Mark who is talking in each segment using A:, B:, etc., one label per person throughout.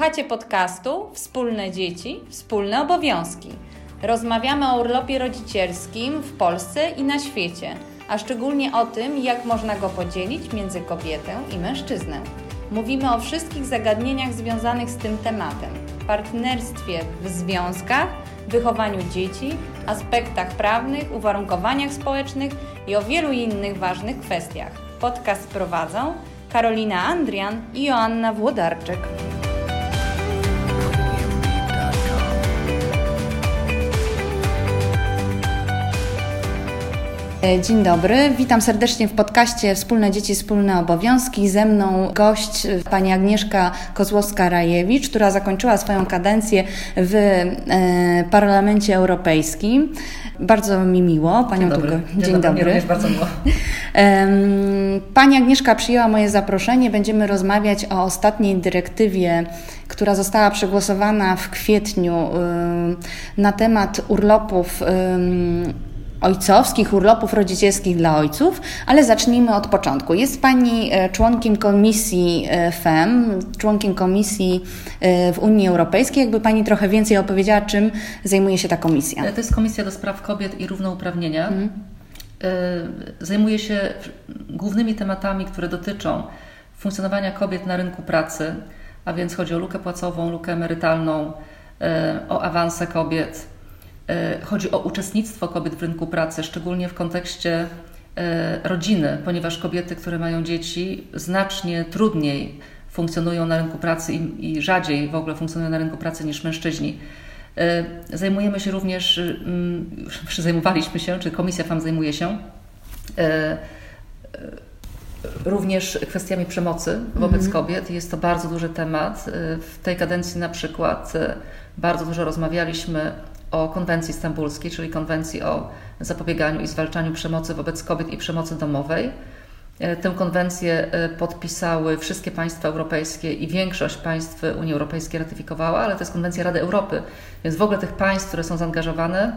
A: Słuchacie podcastu Wspólne dzieci, wspólne obowiązki. Rozmawiamy o urlopie rodzicielskim w Polsce i na świecie, a szczególnie o tym, jak można go podzielić między kobietę i mężczyznę. Mówimy o wszystkich zagadnieniach związanych z tym tematem, partnerstwie w związkach, wychowaniu dzieci, aspektach prawnych, uwarunkowaniach społecznych i o wielu innych ważnych kwestiach. Podcast prowadzą Karolina Andrian i Joanna Włodarczyk. Dzień dobry, witam serdecznie w podcaście Wspólne dzieci, wspólne obowiązki. Ze mną gość pani Agnieszka Kozłowska-Rajewicz, która zakończyła swoją kadencję w Parlamencie Europejskim. Bardzo mi miło. Panią Dzień dobry.
B: Również bardzo miło.
A: Pani Agnieszka przyjęła moje zaproszenie. Będziemy rozmawiać o ostatniej dyrektywie, która została przegłosowana w kwietniu na temat urlopów ojcowskich, urlopów rodzicielskich dla ojców, ale zacznijmy od początku. Jest Pani członkiem Komisji FEM, członkiem Komisji w Unii Europejskiej. Jakby Pani trochę więcej opowiedziała, czym zajmuje się ta komisja?
B: To jest Komisja do Spraw Kobiet i Równouprawnienia. Zajmuje się głównymi tematami, które dotyczą funkcjonowania kobiet na rynku pracy, a więc chodzi o lukę płacową, lukę emerytalną, o awanse kobiet. Chodzi o uczestnictwo kobiet w rynku pracy, szczególnie w kontekście rodziny, ponieważ kobiety, które mają dzieci, znacznie trudniej funkcjonują na rynku pracy i rzadziej w ogóle funkcjonują na rynku pracy niż mężczyźni. Zajmujemy się również, zajmowaliśmy się, czy Komisja FEM zajmuje się również kwestiami przemocy wobec kobiet. Jest to bardzo duży temat. W tej kadencji na przykład bardzo dużo rozmawialiśmy o konwencji stambulskiej, czyli konwencji o zapobieganiu i zwalczaniu przemocy wobec kobiet i przemocy domowej. Tę konwencję podpisały wszystkie państwa europejskie i większość państw Unii Europejskiej ratyfikowała, ale to jest konwencja Rady Europy, więc w ogóle tych państw, które są zaangażowane,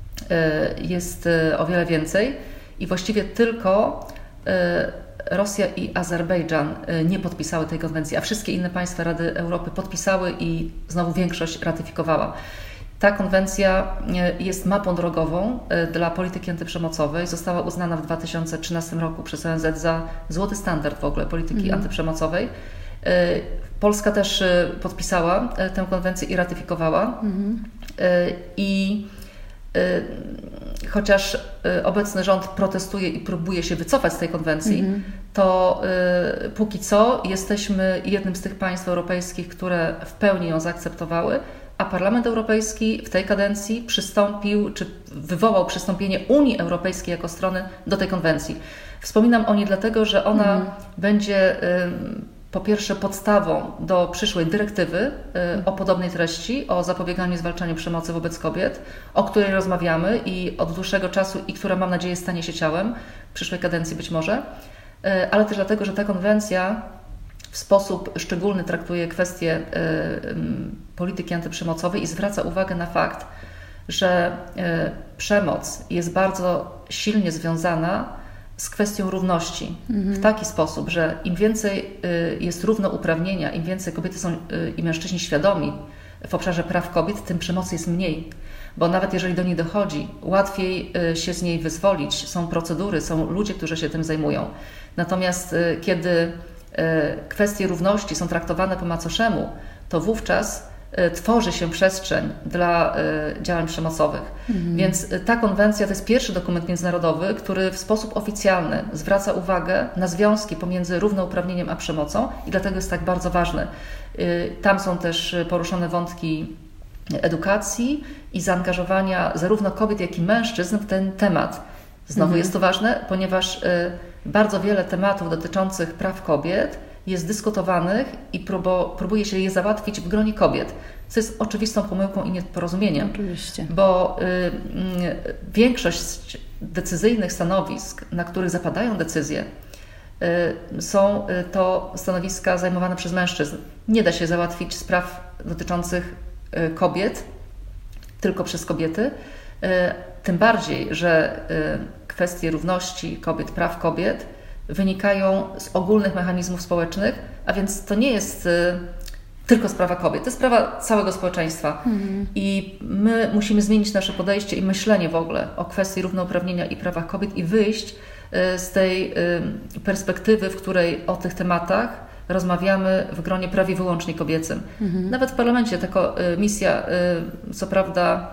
B: jest o wiele więcej i właściwie tylko Rosja i Azerbejdżan nie podpisały tej konwencji, a wszystkie inne państwa Rady Europy podpisały i znowu większość ratyfikowała. Ta konwencja jest mapą drogową dla polityki antyprzemocowej. Została uznana w 2013 roku przez ONZ za złoty standard w ogóle polityki antyprzemocowej. Polska też podpisała tę konwencję i ratyfikowała. I chociaż obecny rząd protestuje i próbuje się wycofać z tej konwencji, to póki co jesteśmy jednym z tych państw europejskich, które w pełni ją zaakceptowały, a Parlament Europejski w tej kadencji przystąpił, czy wywołał przystąpienie Unii Europejskiej jako strony do tej konwencji. Wspominam o niej dlatego, że ona będzie po pierwsze podstawą do przyszłej dyrektywy o podobnej treści, o zapobieganiu i zwalczaniu przemocy wobec kobiet, o której rozmawiamy i od dłuższego czasu i która, mam nadzieję, stanie się ciałem w przyszłej kadencji być może, ale też dlatego, że ta konwencja w sposób szczególny traktuje kwestię polityki antyprzemocowej i zwraca uwagę na fakt, że przemoc jest bardzo silnie związana z kwestią równości w taki sposób, że im więcej jest równouprawnienia, im więcej kobiety są i mężczyźni świadomi w obszarze praw kobiet, tym przemocy jest mniej. Bo nawet jeżeli do niej dochodzi, łatwiej się z niej wyzwolić. Są procedury, są ludzie, którzy się tym zajmują. Natomiast kiedy kwestie równości są traktowane po macoszemu, to wówczas tworzy się przestrzeń dla działań przemocowych. Więc ta konwencja to jest pierwszy dokument międzynarodowy, który w sposób oficjalny zwraca uwagę na związki pomiędzy równouprawnieniem a przemocą i dlatego jest tak bardzo ważny. Tam są też poruszone wątki edukacji i zaangażowania zarówno kobiet, jak i mężczyzn w ten temat. Znowu jest to ważne, ponieważ bardzo wiele tematów dotyczących praw kobiet jest dyskutowanych i próbuje się je załatwić w gronie kobiet, co jest oczywistą pomyłką i nieporozumieniem.
A: Oczywiście.
B: Bo większość decyzyjnych stanowisk, na których zapadają decyzje, są to stanowiska zajmowane przez mężczyzn. Nie da się załatwić spraw dotyczących kobiet tylko przez kobiety, tym bardziej, że kwestie równości kobiet, praw kobiet wynikają z ogólnych mechanizmów społecznych, a więc to nie jest tylko sprawa kobiet, to jest sprawa całego społeczeństwa. I my musimy zmienić nasze podejście i myślenie w ogóle o kwestii równouprawnienia i prawach kobiet i wyjść z tej perspektywy, w której o tych tematach rozmawiamy w gronie prawie wyłącznie kobiecym. Nawet w parlamencie taka misja, co prawda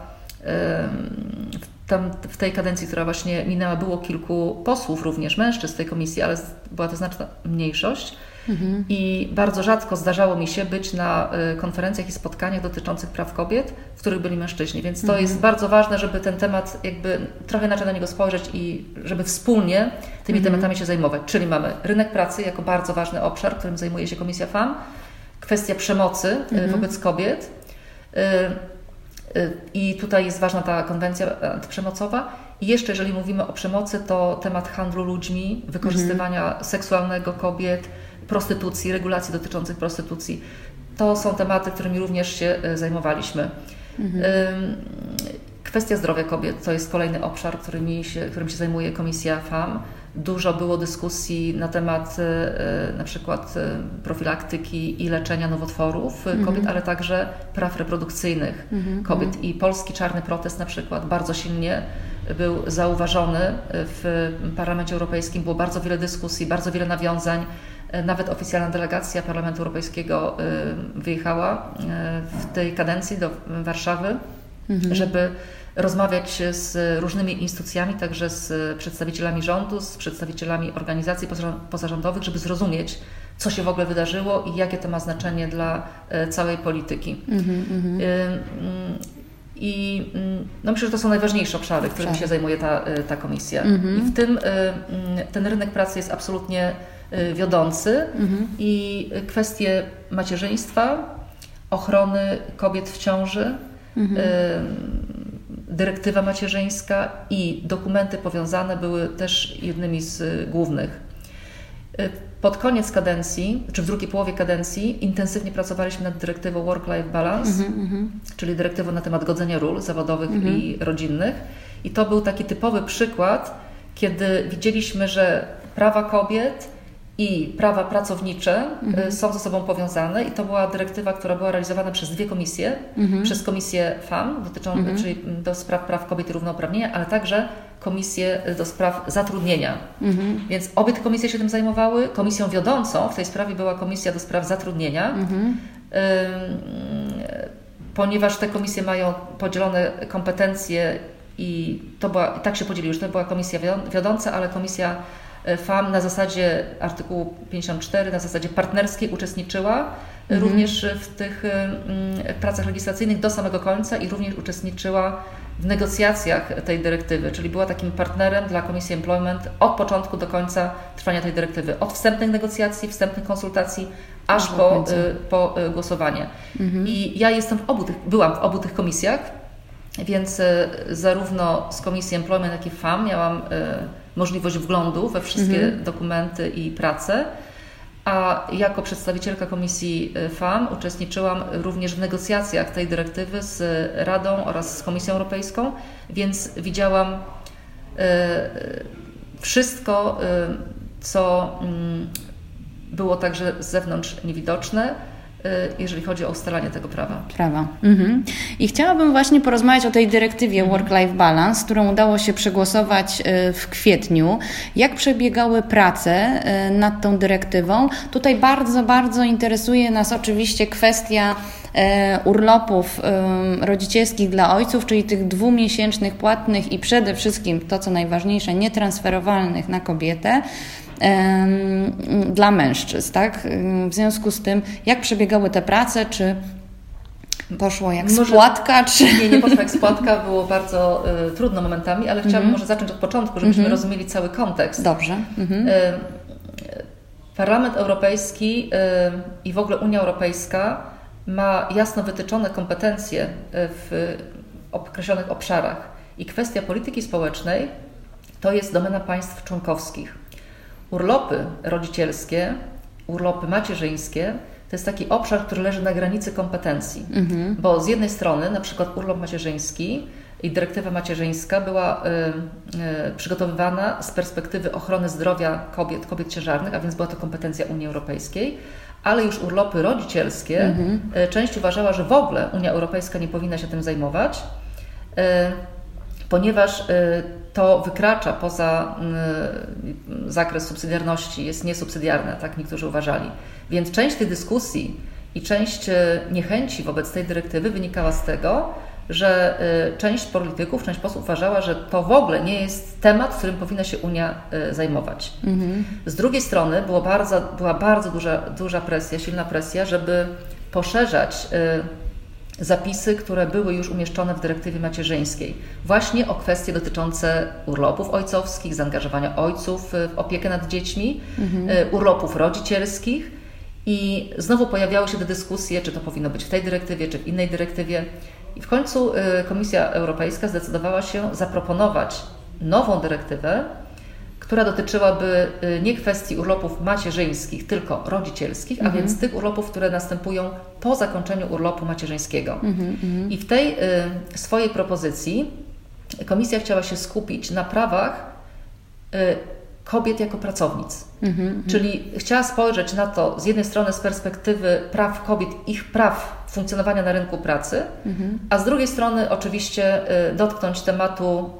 B: w tej kadencji, która właśnie minęła, było kilku posłów, również mężczyzn z tej komisji, ale była to znaczna mniejszość. I bardzo rzadko zdarzało mi się być na konferencjach i spotkaniach dotyczących praw kobiet, w których byli mężczyźni. Więc to jest bardzo ważne, żeby ten temat jakby trochę inaczej na niego spojrzeć i żeby wspólnie tymi tematami się zajmować. Czyli mamy rynek pracy jako bardzo ważny obszar, którym zajmuje się Komisja FAM, kwestia przemocy wobec kobiet. I tutaj jest ważna ta konwencja antyprzemocowa. I jeszcze jeżeli mówimy o przemocy, to temat handlu ludźmi, wykorzystywania seksualnego kobiet, prostytucji, regulacji dotyczących prostytucji. To są tematy, którymi również się zajmowaliśmy. Kwestia zdrowia kobiet to jest kolejny obszar, którym się zajmuje Komisja FAM. Dużo było dyskusji na temat na przykład profilaktyki i leczenia nowotworów kobiet, ale także praw reprodukcyjnych kobiet. I polski czarny protest na przykład bardzo silnie był zauważony w Parlamencie Europejskim. Było bardzo wiele dyskusji, bardzo wiele nawiązań. Nawet oficjalna delegacja Parlamentu Europejskiego wyjechała w tej kadencji do Warszawy, żeby rozmawiać z różnymi instytucjami, także z przedstawicielami rządu, z przedstawicielami organizacji pozarządowych, żeby zrozumieć, co się w ogóle wydarzyło i jakie to ma znaczenie dla całej polityki. I myślę, że to są najważniejsze obszary, którymi się zajmuje ta komisja. I w tym ten rynek pracy jest absolutnie wiodący i kwestie macierzyństwa, ochrony kobiet w ciąży, dyrektywa macierzyńska i dokumenty powiązane były też jednymi z głównych. Pod koniec kadencji, czy w drugiej połowie kadencji intensywnie pracowaliśmy nad dyrektywą Work-Life Balance, czyli dyrektywą na temat godzenia ról zawodowych i rodzinnych. I to był taki typowy przykład, kiedy widzieliśmy, że prawa kobiet i prawa pracownicze są ze sobą powiązane i to była dyrektywa, która była realizowana przez dwie komisje, przez Komisję FAM, czyli do spraw praw kobiet i równouprawnienia, ale także Komisję do spraw zatrudnienia. Więc obie te komisje się tym zajmowały. Komisją wiodącą w tej sprawie była Komisja do spraw zatrudnienia, ponieważ te komisje mają podzielone kompetencje i tak się podzieliły, że to była komisja wiodąca, ale Komisja FAM na zasadzie artykułu 54, na zasadzie partnerskiej uczestniczyła również w tych pracach legislacyjnych do samego końca i również uczestniczyła w negocjacjach tej dyrektywy, czyli była takim partnerem dla Komisji Employment od początku do końca trwania tej dyrektywy. Od wstępnych negocjacji, wstępnych konsultacji, aż po głosowanie. I ja byłam w obu tych komisjach, więc zarówno z Komisji Employment, jak i FAM miałam możliwość wglądu we wszystkie dokumenty i prace, a jako przedstawicielka Komisji FAM uczestniczyłam również w negocjacjach tej dyrektywy z Radą oraz z Komisją Europejską, więc widziałam wszystko, co było także z zewnątrz niewidoczne, jeżeli chodzi o ustalanie tego prawa.
A: I chciałabym właśnie porozmawiać o tej dyrektywie Work-Life Balance, którą udało się przegłosować w kwietniu. Jak przebiegały prace nad tą dyrektywą? Tutaj bardzo, bardzo interesuje nas oczywiście kwestia urlopów rodzicielskich dla ojców, czyli tych 2-miesięcznych płatnych i przede wszystkim to, co najważniejsze, nietransferowalnych na kobietę, dla mężczyzn, tak? W związku z tym, jak przebiegały te prace, czy poszło jak spłatka, czy...
B: Nie poszło jak spłatka, było bardzo trudno momentami, ale chciałabym może zacząć od początku, żebyśmy rozumieli cały kontekst.
A: Dobrze.
B: Parlament Europejski i w ogóle Unia Europejska ma jasno wytyczone kompetencje w określonych obszarach i kwestia polityki społecznej to jest domena państw członkowskich. Urlopy rodzicielskie, urlopy macierzyńskie to jest taki obszar, który leży na granicy kompetencji, bo z jednej strony na przykład urlop macierzyński i dyrektywa macierzyńska była przygotowywana z perspektywy ochrony zdrowia kobiet ciężarnych, a więc była to kompetencja Unii Europejskiej, ale już urlopy rodzicielskie, część uważała, że w ogóle Unia Europejska nie powinna się tym zajmować, ponieważ to wykracza poza zakres subsydiarności, jest niesubsydiarne, tak niektórzy uważali. Więc część tej dyskusji i część niechęci wobec tej dyrektywy wynikała z tego, że część polityków, część posłów uważała, że to w ogóle nie jest temat, którym powinna się Unia zajmować. Z drugiej strony była bardzo duża presja, silna presja, żeby poszerzać zapisy, które były już umieszczone w dyrektywie macierzyńskiej, właśnie o kwestie dotyczące urlopów ojcowskich, zaangażowania ojców w opiekę nad dziećmi, urlopów rodzicielskich i znowu pojawiały się te dyskusje, czy to powinno być w tej dyrektywie, czy w innej dyrektywie. I w końcu Komisja Europejska zdecydowała się zaproponować nową dyrektywę, która dotyczyłaby nie kwestii urlopów macierzyńskich, tylko rodzicielskich, a więc tych urlopów, które następują po zakończeniu urlopu macierzyńskiego. I w tej swojej propozycji Komisja chciała się skupić na prawach kobiet jako pracownic. Czyli chciała spojrzeć na to z jednej strony z perspektywy praw kobiet, ich praw funkcjonowania na rynku pracy, a z drugiej strony oczywiście dotknąć tematu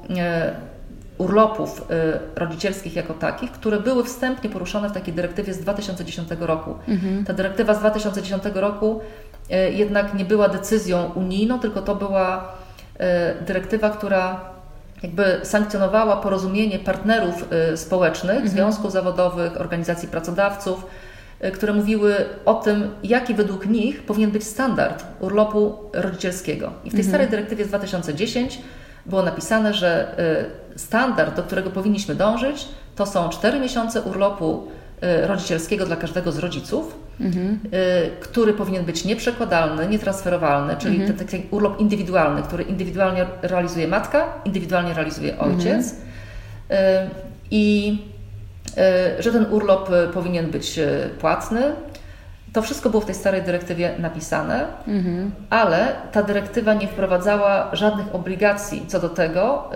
B: urlopów rodzicielskich jako takich, które były wstępnie poruszone w takiej dyrektywie z 2010 roku. Ta dyrektywa z 2010 roku jednak nie była decyzją unijną, tylko to była dyrektywa, która jakby sankcjonowała porozumienie partnerów społecznych, związków zawodowych, organizacji pracodawców, które mówiły o tym, jaki według nich powinien być standard urlopu rodzicielskiego. I w tej starej dyrektywie z 2010 było napisane, że standard, do którego powinniśmy dążyć, to są 4 miesiące urlopu rodzicielskiego dla każdego z rodziców, który powinien być nieprzekładalny, nietransferowalny, czyli taki urlop indywidualny, który indywidualnie realizuje matka, indywidualnie realizuje ojciec i że ten urlop powinien być płatny. To wszystko było w tej starej dyrektywie napisane, ale ta dyrektywa nie wprowadzała żadnych obligacji co do tego,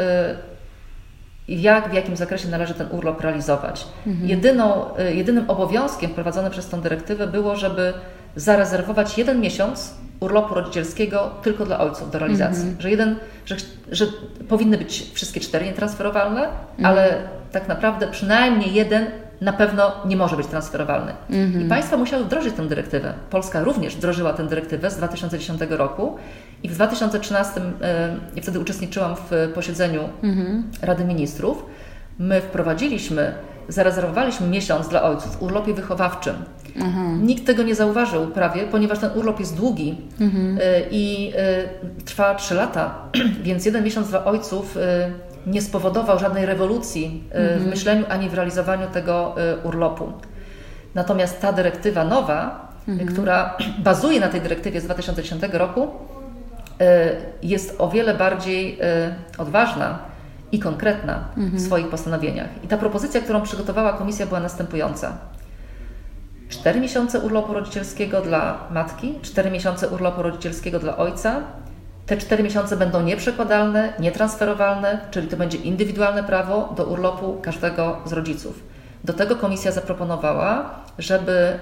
B: w jakim zakresie należy ten urlop realizować. Jedynym obowiązkiem wprowadzonym przez tę dyrektywę było, żeby zarezerwować 1 miesiąc urlopu rodzicielskiego tylko dla ojców do realizacji. Że powinny być wszystkie 4 nietransferowalne, ale tak naprawdę przynajmniej 1 na pewno nie może być transferowalny. I państwa musiały wdrożyć tę dyrektywę. Polska również wdrożyła tę dyrektywę z 2010 roku i w 2013, ja wtedy uczestniczyłam w posiedzeniu Rady Ministrów, my zarezerwowaliśmy miesiąc dla ojców w urlopie wychowawczym. Nikt tego nie zauważył prawie, ponieważ ten urlop jest długi i trwa 3 lata, więc 1 miesiąc dla ojców nie spowodował żadnej rewolucji w myśleniu ani w realizowaniu tego urlopu. Natomiast ta dyrektywa nowa, która bazuje na tej dyrektywie z 2010 roku, jest o wiele bardziej odważna i konkretna w swoich postanowieniach. I ta propozycja, którą przygotowała Komisja, była następująca. 4 miesiące urlopu rodzicielskiego dla matki, 4 miesiące urlopu rodzicielskiego dla ojca. Te 4 miesiące będą nieprzekładalne, nietransferowalne, czyli to będzie indywidualne prawo do urlopu każdego z rodziców. Do tego Komisja zaproponowała, żeby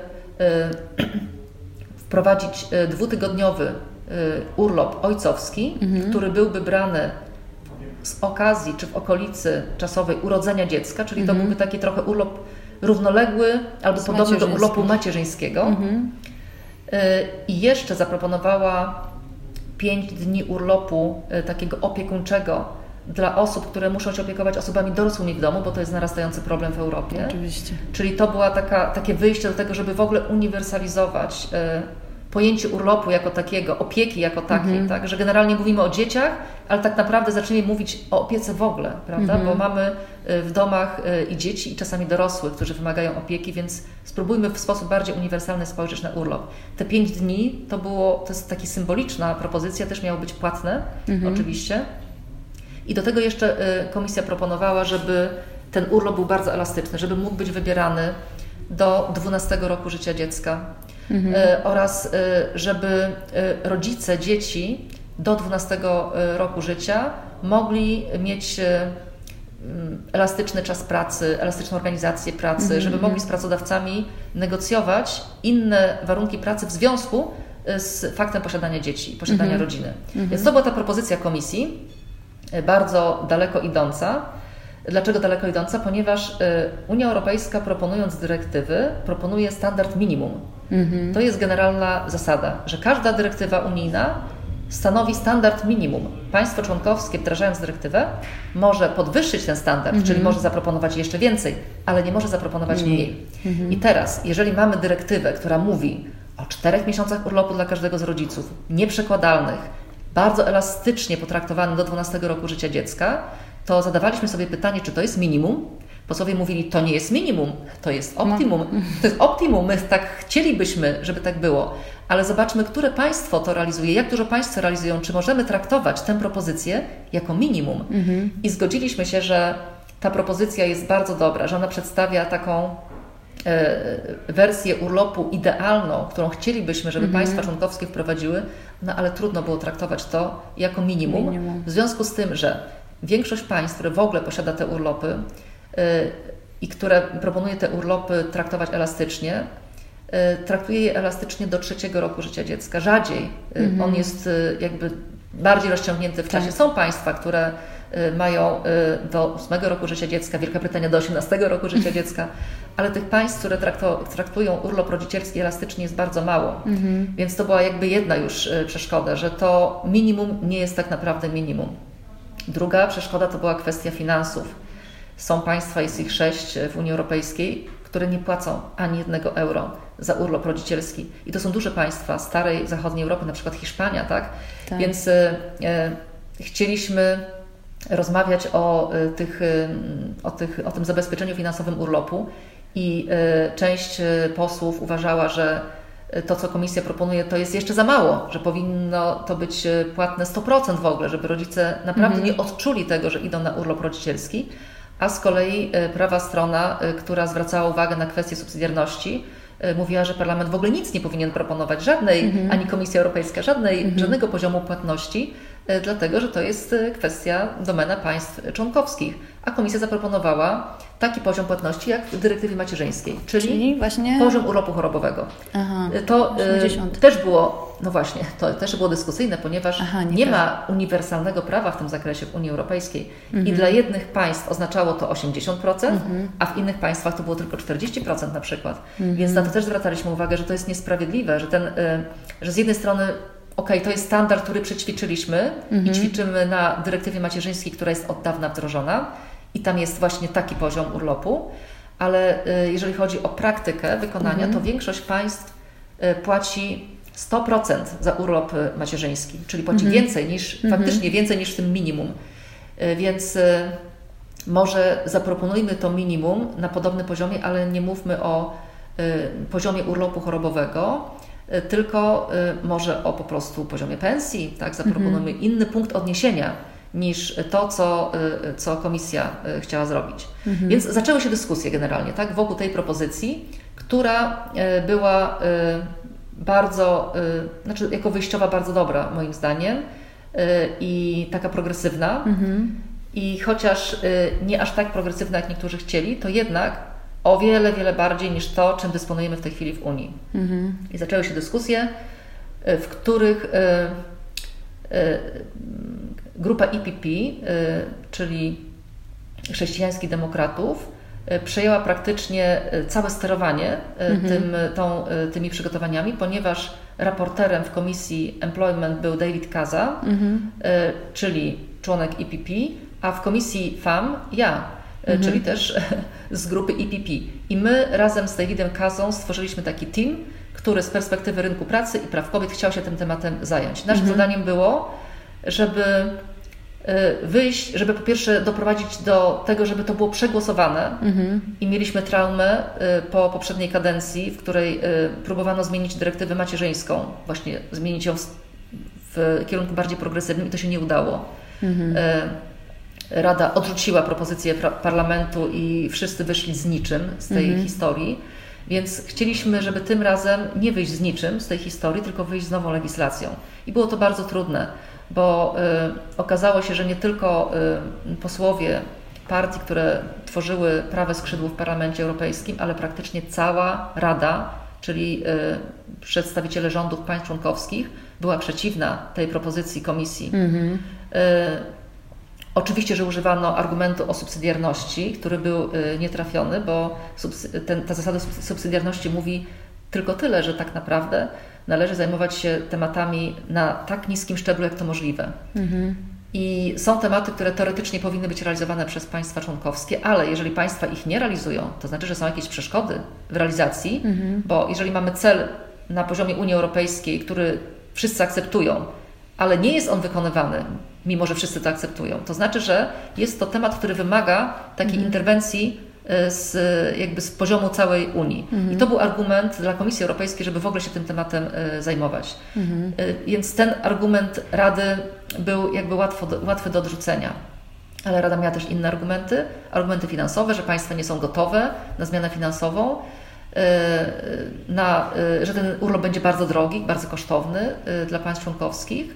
B: wprowadzić 2-tygodniowy urlop ojcowski, który byłby brany z okazji czy w okolicy czasowej urodzenia dziecka, czyli to byłby taki trochę urlop równoległy albo podobny do urlopu macierzyńskiego. I jeszcze zaproponowała 5 dni urlopu takiego opiekuńczego dla osób, które muszą się opiekować osobami dorosłymi w domu, bo to jest narastający problem w Europie.
A: Oczywiście.
B: Czyli to była takie wyjście do tego, żeby w ogóle uniwersalizować pojęcie urlopu jako takiego, opieki jako takiej, tak? Że generalnie mówimy o dzieciach, ale tak naprawdę zaczniemy mówić o opiece w ogóle, prawda? Bo mamy w domach i dzieci, i czasami dorosłych, którzy wymagają opieki, więc spróbujmy w sposób bardziej uniwersalny spojrzeć na urlop. Te 5 dni to jest taka symboliczna propozycja, też miało być płatne, oczywiście. I do tego jeszcze Komisja proponowała, żeby ten urlop był bardzo elastyczny, żeby mógł być wybierany do 12 roku życia dziecka. Oraz żeby rodzice dzieci do 12 roku życia mogli mieć elastyczny czas pracy, elastyczną organizację pracy, żeby mogli z pracodawcami negocjować inne warunki pracy w związku z faktem posiadania dzieci, posiadania rodziny. Więc to była ta propozycja komisji, bardzo daleko idąca. Dlaczego daleko idąca? Ponieważ Unia Europejska, proponując dyrektywy, proponuje standard minimum. To jest generalna zasada, że każda dyrektywa unijna stanowi standard minimum. Państwo członkowskie, wdrażając dyrektywę, może podwyższyć ten standard, czyli może zaproponować jeszcze więcej, ale nie może zaproponować mniej. I teraz, jeżeli mamy dyrektywę, która mówi o 4 miesiącach urlopu dla każdego z rodziców, nieprzekładalnych, bardzo elastycznie potraktowanych do 12 roku życia dziecka, to zadawaliśmy sobie pytanie, czy to jest minimum. Posłowie mówili, to nie jest minimum, to jest optimum. To jest optimum, my tak chcielibyśmy, żeby tak było, ale zobaczmy, które państwo to realizuje, jak dużo państwo realizują, czy możemy traktować tę propozycję jako minimum. I zgodziliśmy się, że ta propozycja jest bardzo dobra, że ona przedstawia taką wersję urlopu idealną, którą chcielibyśmy, żeby państwa członkowskie wprowadziły, no ale trudno było traktować to jako minimum. W związku z tym, że większość państw, które w ogóle posiada te urlopy i które proponuje te urlopy traktować elastycznie, traktuje je elastycznie do 3 roku życia dziecka. Rzadziej. On jest jakby bardziej rozciągnięty w czasie. Są państwa, które mają do 8 roku życia dziecka, Wielka Brytania do 18 roku życia dziecka, ale tych państw, które traktują urlop rodzicielski elastycznie, jest bardzo mało. Więc to była jakby jedna już przeszkoda, że to minimum nie jest tak naprawdę minimum. Druga przeszkoda to była kwestia finansów. Są państwa, jest ich 6 w Unii Europejskiej, które nie płacą ani 1 euro za urlop rodzicielski. I to są duże państwa starej zachodniej Europy, na przykład Hiszpania, tak? Więc chcieliśmy rozmawiać o tym zabezpieczeniu finansowym urlopu i część posłów uważała, że to, co Komisja proponuje, to jest jeszcze za mało, że powinno to być płatne 100% w ogóle, żeby rodzice naprawdę nie odczuli tego, że idą na urlop rodzicielski, a z kolei prawa strona, która zwracała uwagę na kwestię subsydiarności, mówiła, że Parlament w ogóle nic nie powinien proponować, ani Komisja Europejska, żadnego poziomu płatności, dlatego że to jest kwestia domena państw członkowskich. A Komisja zaproponowała taki poziom płatności jak w dyrektywie macierzyńskiej, czyli właśnie poziom urlopu chorobowego. To też było, no właśnie, to też było dyskusyjne, ponieważ nie ma uniwersalnego prawa w tym zakresie w Unii Europejskiej i dla jednych państw oznaczało to 80%, a w innych państwach to było tylko 40% na przykład. Więc na to też zwracaliśmy uwagę, że to jest niesprawiedliwe, że z jednej strony to jest standard, który przećwiczyliśmy i ćwiczymy na dyrektywie macierzyńskiej, która jest od dawna wdrożona i tam jest właśnie taki poziom urlopu, ale jeżeli chodzi o praktykę wykonania, to większość państw płaci 100% za urlop macierzyński, czyli płaci więcej niż, faktycznie więcej niż w tym minimum. Więc może zaproponujmy to minimum na podobnym poziomie, ale nie mówmy o poziomie urlopu chorobowego, tylko może o po prostu poziomie pensji, tak? Zaproponujmy inny punkt odniesienia niż to, co Komisja chciała zrobić. Więc zaczęły się dyskusje generalnie, tak? Wokół tej propozycji, która była bardzo, znaczy jako wyjściowa bardzo dobra moim zdaniem i taka progresywna. I chociaż nie aż tak progresywna, jak niektórzy chcieli, to jednak o wiele, wiele bardziej niż to, czym dysponujemy w tej chwili w Unii. I zaczęły się dyskusje, w których grupa EPP, czyli chrześcijańskich demokratów, przejęła praktycznie całe sterowanie tymi przygotowaniami, ponieważ raporterem w Komisji Employment był David Casa, czyli członek EPP, a w Komisji FAM ja, czyli też z grupy EPP. I my razem z Davidem Casą stworzyliśmy taki team, który z perspektywy rynku pracy i praw kobiet chciał się tym tematem zająć. Naszym zadaniem było, żeby wyjść, żeby po pierwsze doprowadzić do tego, żeby to było przegłosowane i mieliśmy traumę po poprzedniej kadencji, w której próbowano zmienić dyrektywę macierzyńską, właśnie zmienić ją w kierunku bardziej progresywnym i to się nie udało. Rada odrzuciła propozycję parlamentu i wszyscy wyszli z niczym z tej historii, więc chcieliśmy, żeby tym razem nie wyjść z niczym z tej historii, tylko wyjść z nową legislacją. I było to bardzo trudne, bo okazało się, że nie tylko posłowie partii, które tworzyły prawe skrzydło w Parlamencie Europejskim, ale praktycznie cała Rada, czyli przedstawiciele rządów państw członkowskich, była przeciwna tej propozycji Komisji. Oczywiście, że używano argumentu o subsydiarności, który był nietrafiony, bo ta zasada subsydiarności mówi tylko tyle, że tak naprawdę należy zajmować się tematami na tak niskim szczeblu, jak to możliwe. I są tematy, które teoretycznie powinny być realizowane przez państwa członkowskie, ale jeżeli państwa ich nie realizują, to znaczy, że są jakieś przeszkody w realizacji, bo jeżeli mamy cel na poziomie Unii Europejskiej, który wszyscy akceptują, ale nie jest on wykonywany, mimo że wszyscy to akceptują, to znaczy, że jest to temat, który wymaga takiej interwencji z poziomu całej Unii. I to był argument dla Komisji Europejskiej, żeby w ogóle się tym tematem zajmować. Więc ten argument Rady był jakby łatwy do odrzucenia. Ale Rada miała też inne argumenty finansowe, że państwa nie są gotowe na zmianę finansową, że ten urlop będzie bardzo drogi, bardzo kosztowny dla państw członkowskich.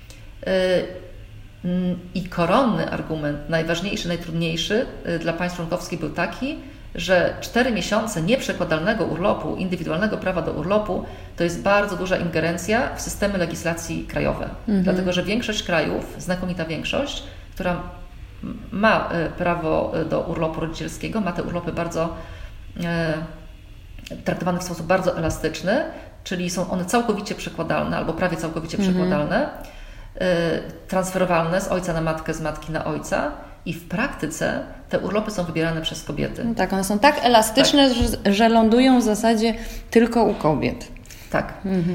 B: I koronny argument, najważniejszy, najtrudniejszy dla państw członkowskich był taki, że 4 miesiące nieprzekładalnego urlopu, indywidualnego prawa do urlopu, to jest bardzo duża ingerencja w systemy legislacji krajowe. Dlatego, że większość krajów, znakomita większość, która ma prawo do urlopu rodzicielskiego, ma te urlopy bardzo traktowane w sposób bardzo elastyczny, czyli są one całkowicie przekładalne albo prawie całkowicie przekładalne, transferowalne z ojca na matkę, z matki na ojca i w praktyce te urlopy są wybierane przez kobiety.
A: No tak, one są tak elastyczne, tak, że lądują w zasadzie tylko u kobiet.
B: Tak.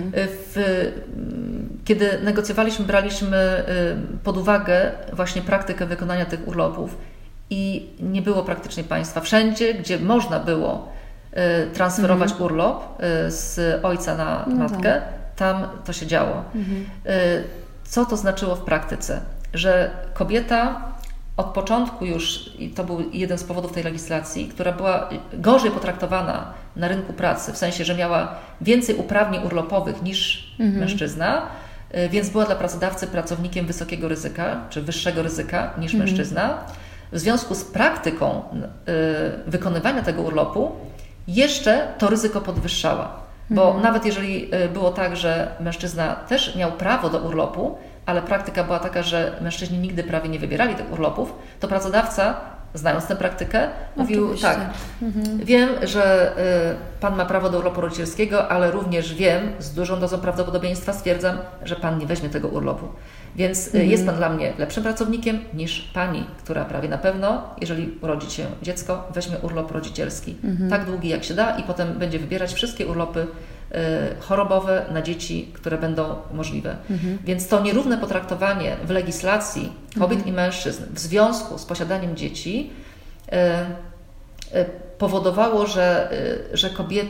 B: Kiedy negocjowaliśmy, braliśmy pod uwagę właśnie praktykę wykonania tych urlopów i nie było praktycznie państwa. Wszędzie, gdzie można było transferować urlop z ojca na matkę, tam to się działo. Co to znaczyło w praktyce? Że kobieta od początku już, i to był jeden z powodów tej legislacji, która była gorzej potraktowana na rynku pracy, w sensie, że miała więcej uprawnień urlopowych niż mężczyzna, więc była dla pracodawcy pracownikiem wysokiego ryzyka, czy wyższego ryzyka niż mężczyzna. W związku z praktyką wykonywania tego urlopu jeszcze to ryzyko podwyższała. Bo nawet jeżeli było tak, że mężczyzna też miał prawo do urlopu, ale praktyka była taka, że mężczyźni nigdy prawie nie wybierali tych urlopów, to pracodawca, znając tę praktykę, mówił tak, wiem, że Pan ma prawo do urlopu rodzicielskiego, ale również wiem, z dużą dozą prawdopodobieństwa stwierdzam, że Pan nie weźmie tego urlopu. Więc jest Pan dla mnie lepszym pracownikiem niż Pani, która prawie na pewno, jeżeli urodzi się dziecko, weźmie urlop rodzicielski. Tak długi jak się da i potem będzie wybierać wszystkie urlopy chorobowe na dzieci, które będą możliwe. Więc to nierówne potraktowanie w legislacji kobiet i mężczyzn w związku z posiadaniem dzieci powodowało, że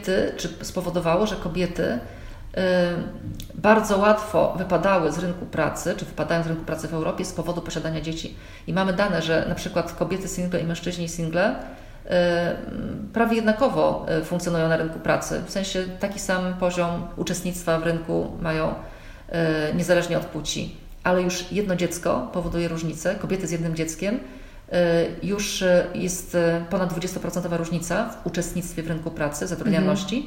B: kobiety bardzo łatwo wypadały z rynku pracy, czy wypadają z rynku pracy w Europie z powodu posiadania dzieci. I mamy dane, że na przykład kobiety single i mężczyźni single prawie jednakowo funkcjonują na rynku pracy. W sensie taki sam poziom uczestnictwa w rynku mają niezależnie od płci. Ale już jedno dziecko powoduje różnicę. Kobiety z jednym dzieckiem już jest ponad 20% różnica w uczestnictwie w rynku pracy, zatrudnialności.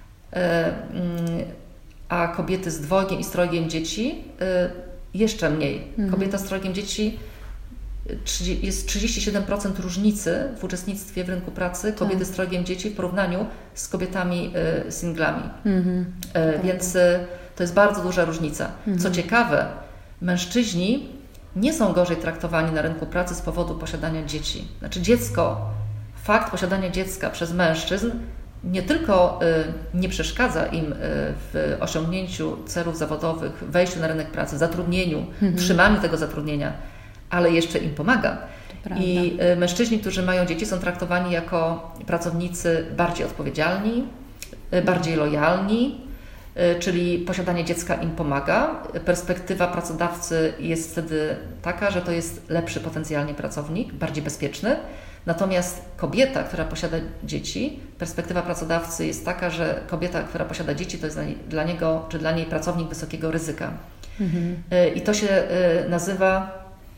B: A kobiety z dwojgiem i z trojgiem dzieci jeszcze mniej. Kobieta z trojgiem dzieci jest 37% różnicy w uczestnictwie w rynku pracy kobiety z trojgiem dzieci w porównaniu z kobietami singlami. Więc to jest bardzo duża różnica. Co ciekawe, mężczyźni nie są gorzej traktowani na rynku pracy z powodu posiadania dzieci. Znaczy fakt posiadania dziecka przez mężczyzn nie tylko nie przeszkadza im w osiągnięciu celów zawodowych, wejściu na rynek pracy, zatrudnieniu, utrzymaniu tego zatrudnienia, ale jeszcze im pomaga. I mężczyźni, którzy mają dzieci, są traktowani jako pracownicy bardziej odpowiedzialni, bardziej lojalni, czyli posiadanie dziecka im pomaga. Perspektywa pracodawcy jest wtedy taka, że to jest lepszy potencjalnie pracownik, bardziej bezpieczny. Natomiast kobieta, która posiada dzieci, perspektywa pracodawcy jest taka, że kobieta, która posiada dzieci, to jest dla niego czy dla niej pracownik wysokiego ryzyka. I to się nazywa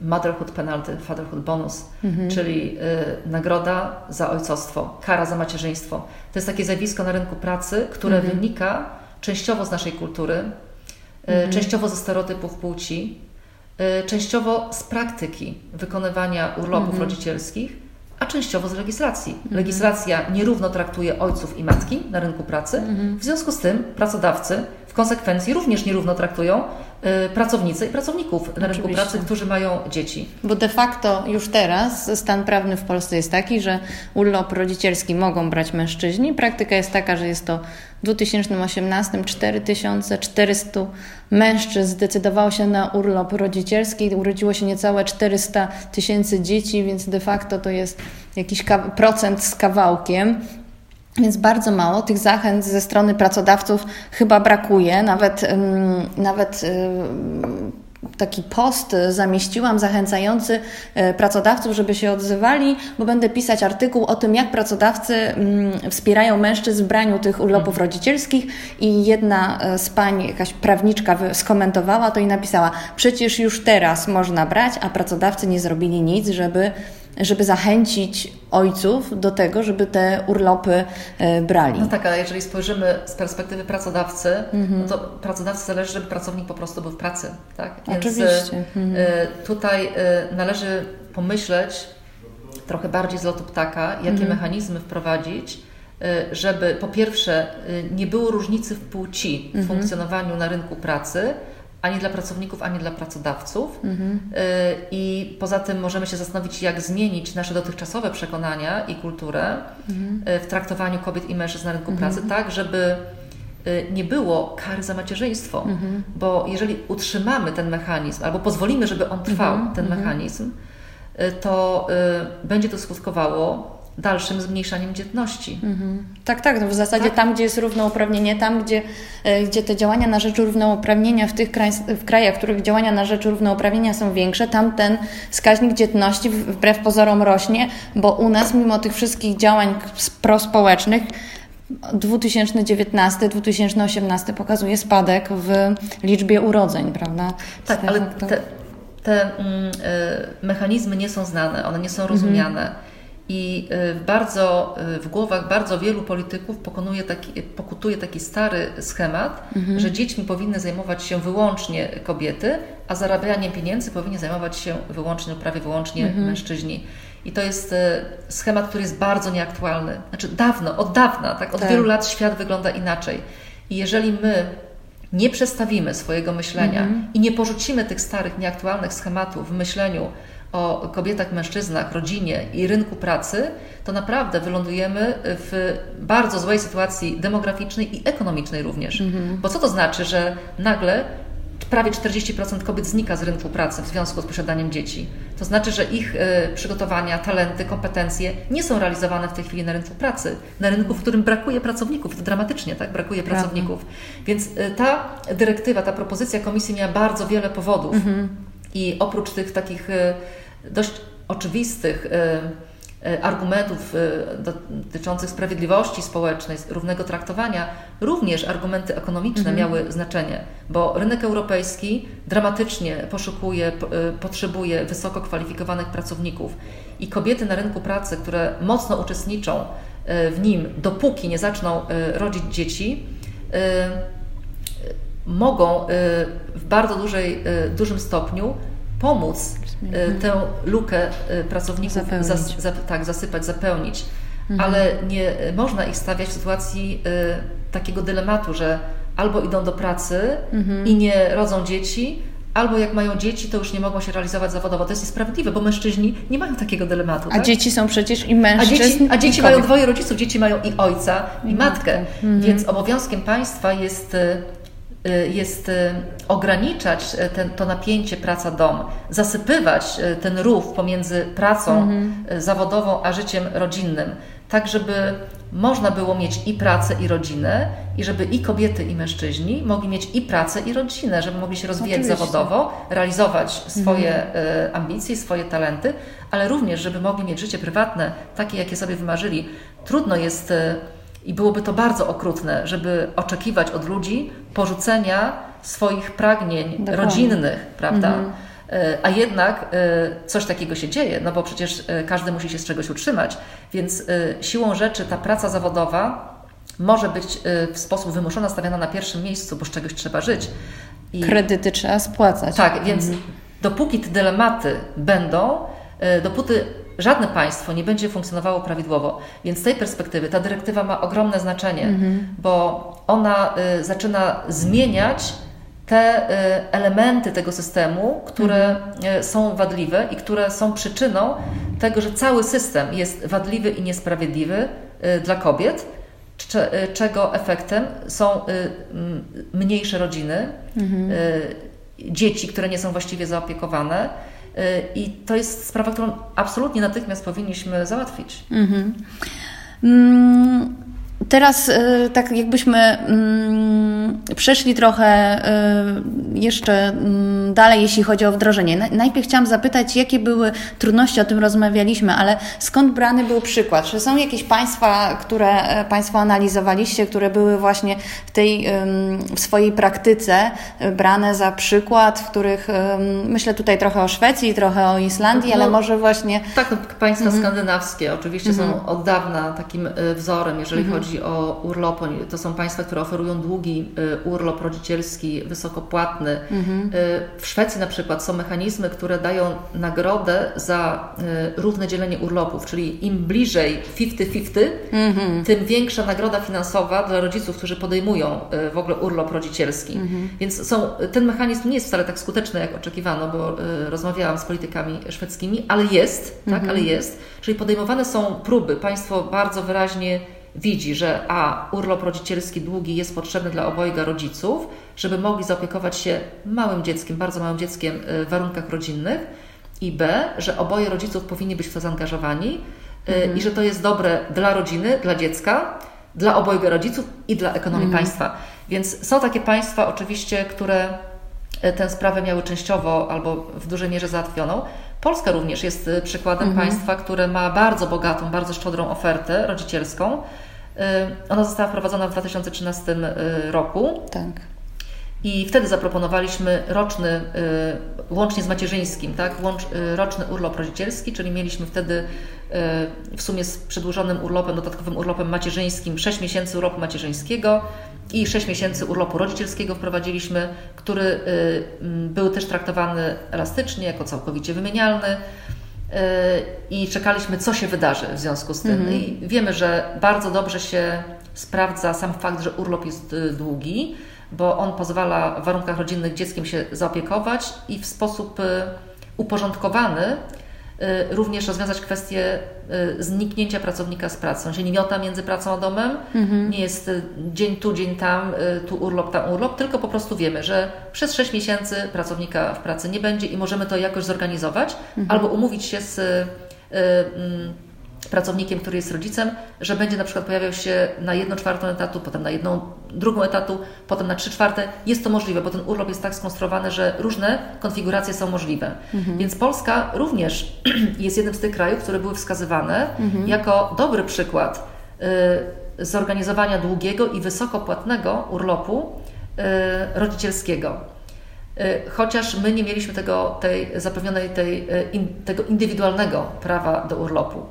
B: motherhood penalty, fatherhood bonus, czyli nagroda za ojcostwo, kara za macierzyństwo. To jest takie zjawisko na rynku pracy, które wynika częściowo z naszej kultury, częściowo ze stereotypów płci, częściowo z praktyki wykonywania urlopów rodzicielskich, a częściowo z legislacji. Legislacja nierówno traktuje ojców i matki na rynku pracy, w związku z tym pracodawcy w konsekwencji również nierówno traktują pracownice i pracowników na rynku pracy, którzy mają dzieci.
A: Bo de facto już teraz stan prawny w Polsce jest taki, że urlop rodzicielski mogą brać mężczyźni. Praktyka jest taka, że jest to w 2018 4400 mężczyzn zdecydowało się na urlop rodzicielski. Urodziło się niecałe 400 000 dzieci, więc de facto to jest jakiś procent z kawałkiem. Więc bardzo mało tych zachęt ze strony pracodawców chyba brakuje. Nawet taki post zamieściłam zachęcający pracodawców, żeby się odzywali, bo będę pisać artykuł o tym, jak pracodawcy wspierają mężczyzn w braniu tych urlopów rodzicielskich i jedna z pań, jakaś prawniczka skomentowała to i napisała: przecież już teraz można brać, a pracodawcy nie zrobili nic, żeby zachęcić ojców do tego, żeby te urlopy brali.
B: No tak, ale jeżeli spojrzymy z perspektywy pracodawcy, no to pracodawcy zależy, żeby pracownik po prostu był w pracy. Tak? Więc
A: oczywiście.
B: Tutaj należy pomyśleć trochę bardziej z lotu ptaka, jakie mechanizmy wprowadzić, żeby po pierwsze nie było różnicy w płci w funkcjonowaniu na rynku pracy, ani dla pracowników, ani dla pracodawców. I poza tym możemy się zastanowić, jak zmienić nasze dotychczasowe przekonania i kulturę w traktowaniu kobiet i mężczyzn na rynku pracy, tak, żeby nie było kary za macierzyństwo. Bo jeżeli utrzymamy ten mechanizm, albo pozwolimy, żeby on trwał, ten mechanizm, to będzie to skutkowało dalszym zmniejszaniem dzietności.
A: Tak. No w zasadzie tam, gdzie jest równouprawnienie, tam, gdzie te działania na rzecz równouprawnienia w krajach, w których działania na rzecz równouprawnienia są większe, tam ten wskaźnik dzietności wbrew pozorom rośnie, bo u nas mimo tych wszystkich działań prospołecznych 2019-2018 pokazuje spadek w liczbie urodzeń, prawda?
B: Tak, ale te mechanizmy nie są znane, one nie są rozumiane. I w głowach bardzo wielu polityków pokutuje taki stary schemat, że dziećmi powinny zajmować się wyłącznie kobiety, a zarabianiem pieniędzy powinni zajmować się prawie wyłącznie mężczyźni. I to jest schemat, który jest bardzo nieaktualny. Znaczy od dawna, od wielu lat świat wygląda inaczej. I jeżeli my nie przestawimy swojego myślenia i nie porzucimy tych starych, nieaktualnych schematów w myśleniu o kobietach, mężczyznach, rodzinie i rynku pracy, to naprawdę wylądujemy w bardzo złej sytuacji demograficznej i ekonomicznej również. Bo co to znaczy, że nagle prawie 40% kobiet znika z rynku pracy w związku z posiadaniem dzieci? To znaczy, że ich przygotowania, talenty, kompetencje nie są realizowane w tej chwili na rynku pracy. Na rynku, w którym brakuje pracowników. To dramatycznie, tak? Brakuje pracowników. Więc ta dyrektywa, ta propozycja Komisji miała bardzo wiele powodów. I oprócz tych takich dość oczywistych argumentów dotyczących sprawiedliwości społecznej, równego traktowania, również argumenty ekonomiczne miały znaczenie, bo rynek europejski dramatycznie potrzebuje wysoko kwalifikowanych pracowników i kobiety na rynku pracy, które mocno uczestniczą w nim, dopóki nie zaczną rodzić dzieci, mogą w bardzo dużym stopniu pomóc tę lukę pracowników zasypać, zapełnić. Ale nie można ich stawiać w sytuacji takiego dylematu, że albo idą do pracy i nie rodzą dzieci, albo jak mają dzieci, to już nie mogą się realizować zawodowo. To jest niesprawiedliwe, bo mężczyźni nie mają takiego dylematu.
A: A dzieci są przecież i mężczyzn,
B: a dzieci mają dwoje rodziców, dzieci mają i ojca, i matkę. Więc obowiązkiem państwa jest ograniczać to napięcie praca-dom, zasypywać ten rów pomiędzy pracą zawodową a życiem rodzinnym, tak żeby można było mieć i pracę, i rodzinę, i żeby i kobiety, i mężczyźni mogli mieć i pracę, i rodzinę, żeby mogli się rozwijać zawodowo, realizować swoje ambicje, swoje talenty, ale również, żeby mogli mieć życie prywatne, takie, jakie sobie wymarzyli. Trudno jest i byłoby to bardzo okrutne, żeby oczekiwać od ludzi porzucenia swoich pragnień rodzinnych, prawda? A jednak coś takiego się dzieje, no bo przecież każdy musi się z czegoś utrzymać, więc siłą rzeczy ta praca zawodowa może być w sposób wymuszony stawiana na pierwszym miejscu, bo z czegoś trzeba żyć.
A: Kredyty trzeba spłacać.
B: Tak, więc dopóki te dylematy będą, dopóty żadne państwo nie będzie funkcjonowało prawidłowo. Więc z tej perspektywy ta dyrektywa ma ogromne znaczenie, bo ona zaczyna zmieniać te elementy tego systemu, które są wadliwe i które są przyczyną tego, że cały system jest wadliwy i niesprawiedliwy dla kobiet, czego efektem są mniejsze rodziny, dzieci, które nie są właściwie zaopiekowane. I to jest sprawa, którą absolutnie natychmiast powinniśmy załatwić.
A: Teraz tak jakbyśmy przeszli trochę jeszcze dalej, jeśli chodzi o wdrożenie. Najpierw chciałam zapytać, jakie były trudności, o tym rozmawialiśmy, ale skąd brany był przykład? Czy są jakieś państwa, które Państwo analizowaliście, które były właśnie w swojej praktyce brane za przykład, w których myślę tutaj trochę o Szwecji, trochę o Islandii, ale może właśnie...
B: Tak, no, państwa skandynawskie oczywiście są od dawna takim wzorem, jeżeli chodzi o urlop. To są państwa, które oferują długi urlop rodzicielski, wysokopłatny. W Szwecji na przykład są mechanizmy, które dają nagrodę za równe dzielenie urlopów, czyli im bliżej 50-50, tym większa nagroda finansowa dla rodziców, którzy podejmują w ogóle urlop rodzicielski. Więc ten mechanizm nie jest wcale tak skuteczny, jak oczekiwano, bo rozmawiałam z politykami szwedzkimi, ale jest, tak, ale jest. Czyli podejmowane są próby. Państwo bardzo wyraźnie widzi, że urlop rodzicielski długi jest potrzebny dla obojga rodziców, żeby mogli zaopiekować się małym dzieckiem, bardzo małym dzieckiem w warunkach rodzinnych, i że oboje rodziców powinni być w to zaangażowani i że to jest dobre dla rodziny, dla dziecka, dla obojga rodziców i dla ekonomii państwa. Więc są takie państwa oczywiście, które tę sprawę miały częściowo albo w dużej mierze załatwioną. Polska również jest przykładem państwa, które ma bardzo bogatą, bardzo szczodrą ofertę rodzicielską. Ona została wprowadzona w 2013 roku. Tak. I wtedy zaproponowaliśmy roczny, łącznie z macierzyńskim, tak, roczny urlop rodzicielski, czyli mieliśmy wtedy w sumie z przedłużonym urlopem, dodatkowym urlopem macierzyńskim 6 miesięcy urlopu macierzyńskiego i 6 miesięcy urlopu rodzicielskiego wprowadziliśmy, który był też traktowany elastycznie, jako całkowicie wymienialny. I czekaliśmy, co się wydarzy w związku z tym. I wiemy, że bardzo dobrze się sprawdza sam fakt, że urlop jest długi, bo on pozwala w warunkach rodzinnych dzieckiem się zaopiekować i w sposób uporządkowany również rozwiązać kwestię zniknięcia pracownika z pracy. On się nie miota między pracą a domem, nie jest dzień tu, dzień tam, tu urlop, tylko po prostu wiemy, że przez 6 miesięcy pracownika w pracy nie będzie i możemy to jakoś zorganizować albo umówić się z pracownikiem, który jest rodzicem, że będzie na przykład pojawiał się na 1/4 etatu, potem na 1/2 etatu, potem na 3/4. Jest to możliwe, bo ten urlop jest tak skonstruowany, że różne konfiguracje są możliwe. Więc Polska również jest jednym z tych krajów, które były wskazywane jako dobry przykład zorganizowania długiego i wysokopłatnego urlopu rodzicielskiego. Chociaż my nie mieliśmy tego indywidualnego prawa do urlopu.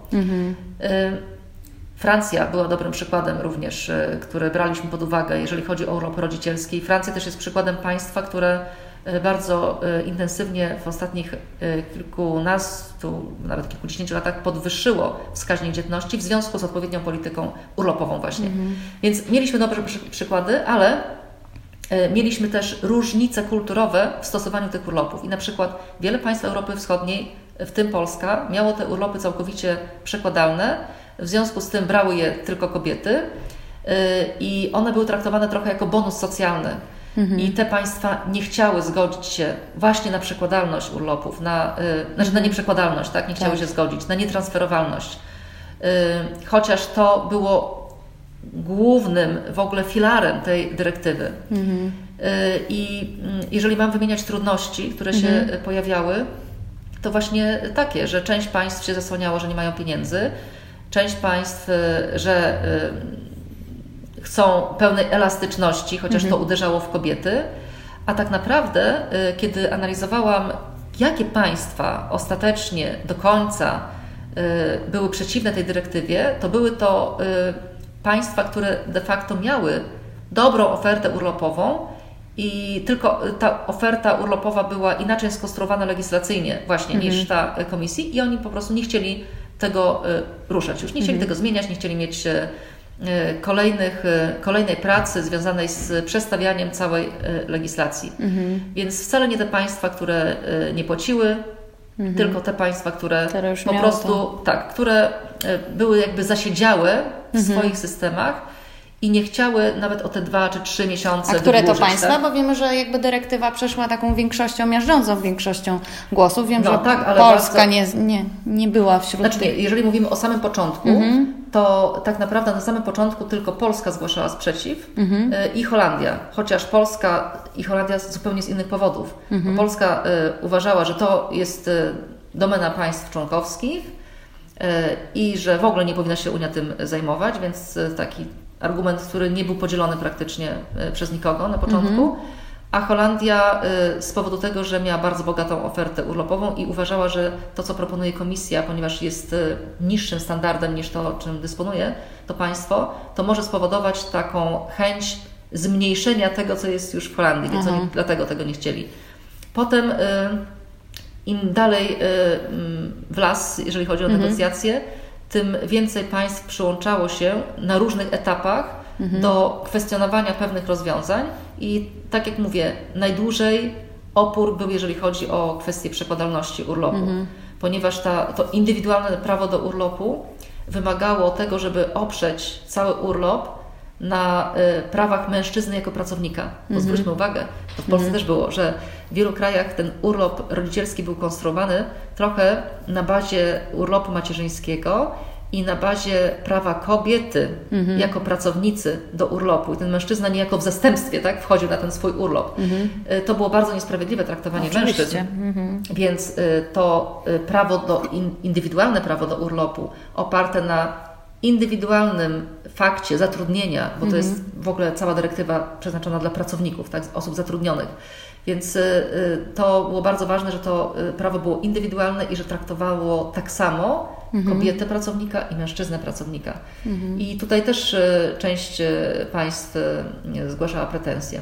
B: Francja była dobrym przykładem również, który braliśmy pod uwagę, jeżeli chodzi o urlop rodzicielski. Francja też jest przykładem państwa, które bardzo intensywnie w ostatnich kilkunastu, nawet kilkudziesięciu latach podwyższyło wskaźnik dzietności w związku z odpowiednią polityką urlopową właśnie. Więc mieliśmy dobre przykłady, ale mieliśmy też różnice kulturowe w stosowaniu tych urlopów. I na przykład wiele państw Europy Wschodniej, w tym Polska, miało te urlopy całkowicie przekładalne. W związku z tym brały je tylko kobiety i one były traktowane trochę jako bonus socjalny. I te państwa nie chciały zgodzić się właśnie na przekładalność urlopów, na nieprzekładalność, tak? Nie chciały się zgodzić, na nietransferowalność. Chociaż to było głównym w ogóle filarem tej dyrektywy. I jeżeli mam wymieniać trudności, które się pojawiały, to właśnie takie, że część państw się zasłaniało, że nie mają pieniędzy, część państw, że chcą pełnej elastyczności, chociaż to uderzało w kobiety, a tak naprawdę, kiedy analizowałam jakie państwa ostatecznie do końca były przeciwne tej dyrektywie, to były to państwa, które de facto miały dobrą ofertę urlopową i tylko ta oferta urlopowa była inaczej skonstruowana legislacyjnej właśnie niż ta komisji i oni po prostu nie chcieli tego ruszać. Już nie chcieli tego zmieniać, nie chcieli mieć kolejnej pracy związanej z przestawianiem całej legislacji. Więc wcale nie te państwa, które nie płaciły, tylko te państwa, które po prostu, które były jakby zasiedziałe w swoich systemach i nie chciały nawet o te 2 czy 3 miesiące
A: które
B: wydłużyć,
A: to państwa? Tak? Bo wiemy, że jakby dyrektywa przeszła taką większością, miażdżącą większością głosów. Wiem, że ale Polska nie była wśród tych.
B: Jeżeli mówimy o samym początku, to tak naprawdę na samym początku tylko Polska zgłaszała sprzeciw i Holandia. Chociaż Polska i Holandia zupełnie z innych powodów. Bo Polska uważała, że to jest domena państw członkowskich i że w ogóle nie powinna się Unia tym zajmować, więc taki argument, który nie był podzielony praktycznie przez nikogo na początku, a Holandia z powodu tego, że miała bardzo bogatą ofertę urlopową i uważała, że to, co proponuje Komisja, ponieważ jest niższym standardem niż to, czym dysponuje to państwo, to może spowodować taką chęć zmniejszenia tego, co jest już w Holandii, więc oni dlatego tego nie chcieli. Potem im dalej w las, jeżeli chodzi o negocjacje, tym więcej państw przyłączało się na różnych etapach do kwestionowania pewnych rozwiązań i tak jak mówię, najdłużej opór był, jeżeli chodzi o kwestię przekładalności urlopu, ponieważ to indywidualne prawo do urlopu wymagało tego, żeby oprzeć cały urlop na prawach mężczyzny jako pracownika. Bo zwróćmy uwagę, to w Polsce też było, że w wielu krajach ten urlop rodzicielski był konstruowany trochę na bazie urlopu macierzyńskiego i na bazie prawa kobiety jako pracownicy do urlopu. I ten mężczyzna niejako w zastępstwie wchodził na ten swój urlop. To było bardzo niesprawiedliwe traktowanie mężczyzn. Więc to indywidualne prawo do urlopu oparte na indywidualnym fakcie zatrudnienia, bo to jest w ogóle cała dyrektywa przeznaczona dla pracowników, osób zatrudnionych. Więc to było bardzo ważne, że to prawo było indywidualne i że traktowało tak samo kobietę pracownika i mężczyznę pracownika. I tutaj też część państw zgłaszała pretensje.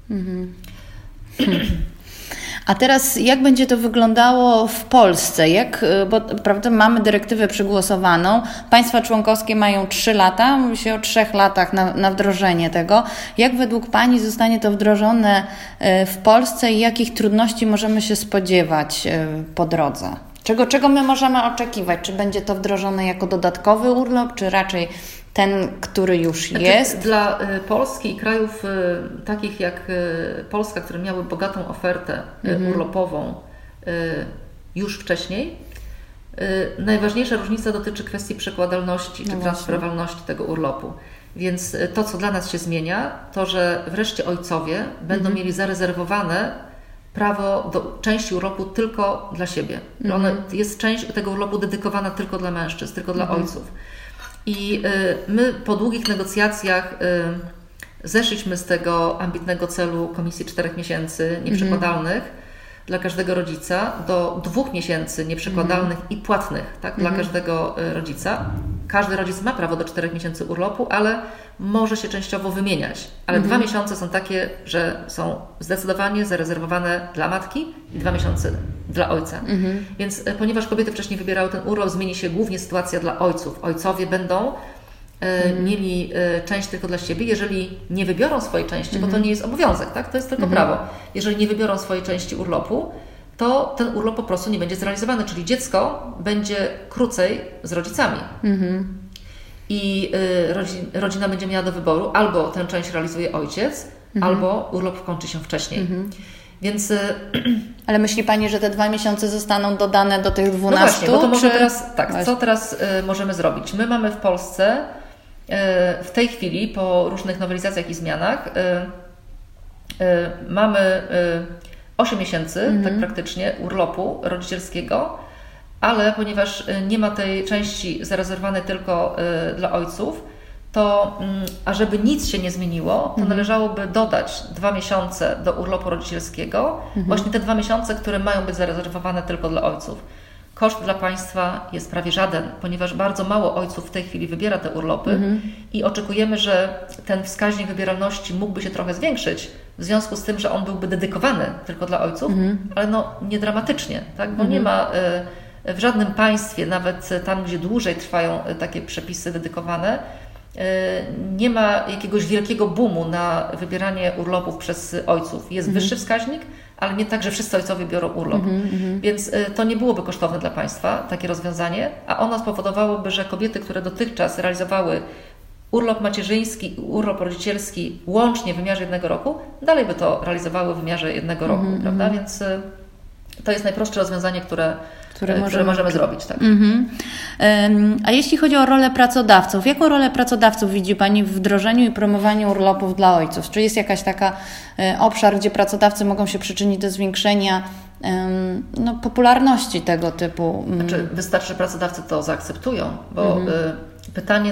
A: A teraz jak będzie to wyglądało w Polsce? Bo prawda, mamy dyrektywę przegłosowaną, państwa członkowskie mają 3 lata, mówi się o 3 latach na wdrożenie tego. Jak według Pani zostanie to wdrożone w Polsce i jakich trudności możemy się spodziewać po drodze? Czego my możemy oczekiwać? Czy będzie to wdrożone jako dodatkowy urlop, czy raczej ten, który już jest?
B: Dla Polski i krajów takich jak Polska, które miały bogatą ofertę urlopową już wcześniej, najważniejsza różnica dotyczy kwestii przekładalności czy transferowalności tego urlopu. Więc to, co dla nas się zmienia, to, że wreszcie ojcowie będą mieli zarezerwowane prawo do części urlopu tylko dla siebie. Jest część tego urlopu dedykowana tylko dla mężczyzn, tylko dla ojców. I my po długich negocjacjach zeszliśmy z tego ambitnego celu Komisji 4 miesięcy nieprzekładalnych dla każdego rodzica do 2 miesięcy nieprzekładalnych i płatnych dla każdego rodzica. Każdy rodzic ma prawo do 4 miesięcy urlopu, ale może się częściowo wymieniać. Ale 2 miesiące są takie, że są zdecydowanie zarezerwowane dla matki i 2 miesiące dla ojca. Więc ponieważ kobiety wcześniej wybierały ten urlop, zmieni się głównie sytuacja dla ojców. Ojcowie będą mieli część tylko dla siebie, jeżeli nie wybiorą swojej części, bo to nie jest obowiązek, to jest tylko prawo. Jeżeli nie wybiorą swojej części urlopu, to ten urlop po prostu nie będzie zrealizowany, czyli dziecko będzie krócej z rodzicami. I rodzina będzie miała do wyboru, albo tę część realizuje ojciec, albo urlop kończy się wcześniej. Więc...
A: Ale myśli Pani, że te 2 miesiące zostaną dodane do tych 12?
B: No właśnie, bo to może teraz, co teraz możemy zrobić? My mamy w Polsce w tej chwili, po różnych nowelizacjach i zmianach, mamy 8 miesięcy, tak praktycznie, urlopu rodzicielskiego, ale ponieważ nie ma tej części zarezerwowanej tylko dla ojców, to a żeby nic się nie zmieniło, to należałoby dodać 2 miesiące do urlopu rodzicielskiego, właśnie te 2 miesiące, które mają być zarezerwowane tylko dla ojców. Koszt dla państwa jest prawie żaden, ponieważ bardzo mało ojców w tej chwili wybiera te urlopy i oczekujemy, że ten wskaźnik wybieralności mógłby się trochę zwiększyć, w związku z tym, że on byłby dedykowany tylko dla ojców, ale no nie dramatycznie, tak? Bo nie ma w żadnym państwie, nawet tam, gdzie dłużej trwają takie przepisy dedykowane, nie ma jakiegoś wielkiego boomu na wybieranie urlopów przez ojców. Jest wyższy wskaźnik, ale nie tak, że wszyscy ojcowie biorą urlop. Więc to nie byłoby kosztowne dla państwa, takie rozwiązanie, a ono spowodowałoby, że kobiety, które dotychczas realizowały urlop macierzyński i urlop rodzicielski łącznie w wymiarze 1 roku, dalej by to realizowały w wymiarze 1 roku, prawda? Więc to jest najprostsze rozwiązanie, które możemy zrobić. Tak.
A: A jeśli chodzi o rolę pracodawców, jaką rolę pracodawców widzi Pani w wdrożeniu i promowaniu urlopów dla ojców? Czy jest jakaś taka obszar, gdzie pracodawcy mogą się przyczynić do zwiększenia popularności tego typu?
B: Znaczy, wystarczy, że pracodawcy to zaakceptują, bo pytanie,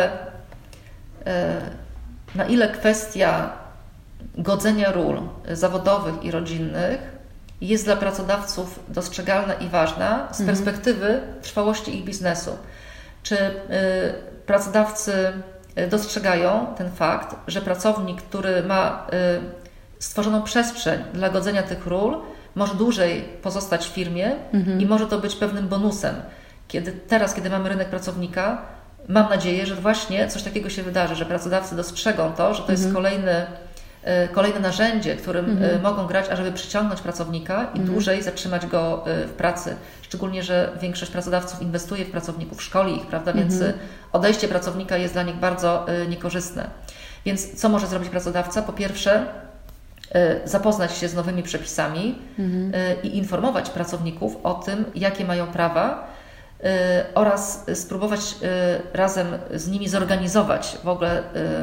B: na ile kwestia godzenia ról zawodowych i rodzinnych jest dla pracodawców dostrzegalna i ważna z perspektywy trwałości ich biznesu. Czy pracodawcy dostrzegają ten fakt, że pracownik, który ma stworzoną przestrzeń dla godzenia tych ról, może dłużej pozostać w firmie i może to być pewnym bonusem. Kiedy mamy rynek pracownika, mam nadzieję, że właśnie coś takiego się wydarzy, że pracodawcy dostrzegą to, że to jest kolejne narzędzie, którym mogą grać, ażeby przyciągnąć pracownika i dłużej zatrzymać go w pracy. Szczególnie, że większość pracodawców inwestuje w pracowników, szkoli ich, prawda? Więc odejście pracownika jest dla nich bardzo niekorzystne. Więc co może zrobić pracodawca? Po pierwsze, zapoznać się z nowymi przepisami i informować pracowników o tym, jakie mają prawa, oraz spróbować razem z nimi zorganizować w ogóle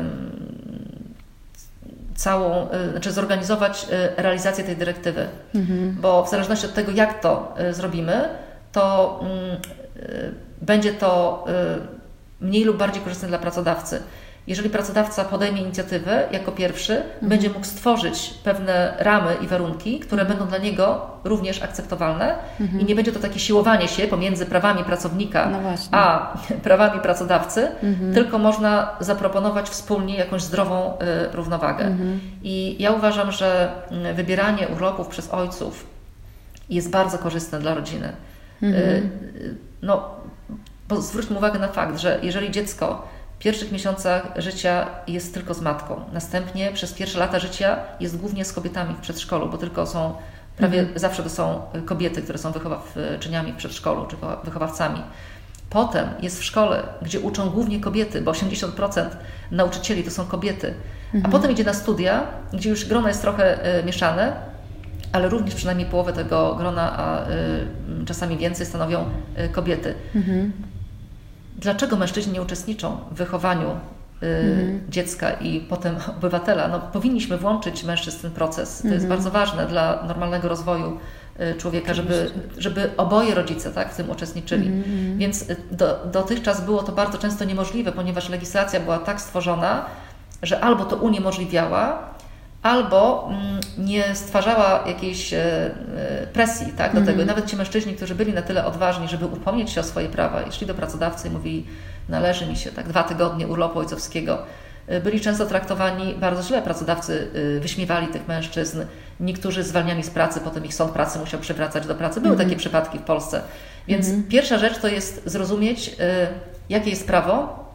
B: zorganizować realizację tej dyrektywy. Bo w zależności od tego, jak to zrobimy, to będzie to mniej lub bardziej korzystne dla pracodawcy. Jeżeli pracodawca podejmie inicjatywę jako pierwszy, będzie mógł stworzyć pewne ramy i warunki, które będą dla niego również akceptowalne i nie będzie to takie siłowanie się pomiędzy prawami pracownika a prawami pracodawcy, tylko można zaproponować wspólnie jakąś zdrową równowagę. I ja uważam, że wybieranie urlopów przez ojców jest bardzo korzystne dla rodziny. Bo zwróćmy uwagę na fakt, że jeżeli dziecko w pierwszych miesiącach życia jest tylko z matką. Następnie przez pierwsze lata życia jest głównie z kobietami w przedszkolu, bo tylko są, prawie zawsze to są kobiety, które są wychowawczyniami w przedszkolu, czy wychowawcami. Potem jest w szkole, gdzie uczą głównie kobiety, bo 80% nauczycieli to są kobiety. A potem idzie na studia, gdzie już grono jest trochę mieszane, ale również przynajmniej połowę tego grona, a czasami więcej stanowią kobiety. Dlaczego mężczyźni nie uczestniczą w wychowaniu dziecka i potem obywatela? Powinniśmy włączyć mężczyzn w ten proces. To jest bardzo ważne dla normalnego rozwoju człowieka, żeby oboje rodzice w tym uczestniczyli. Więc dotychczas było to bardzo często niemożliwe, ponieważ legislacja była tak stworzona, że albo to uniemożliwiała, albo nie stwarzała jakiejś presji do tego. I nawet ci mężczyźni, którzy byli na tyle odważni, żeby upomnieć się o swoje prawa i szli do pracodawcy i mówili, należy mi się 2 tygodnie urlopu ojcowskiego, byli często traktowani bardzo źle. Pracodawcy wyśmiewali tych mężczyzn. Niektórzy zwalniani z pracy, potem ich sąd pracy musiał przywracać do pracy. Były takie przypadki w Polsce. Więc pierwsza rzecz to jest zrozumieć, jakie jest prawo,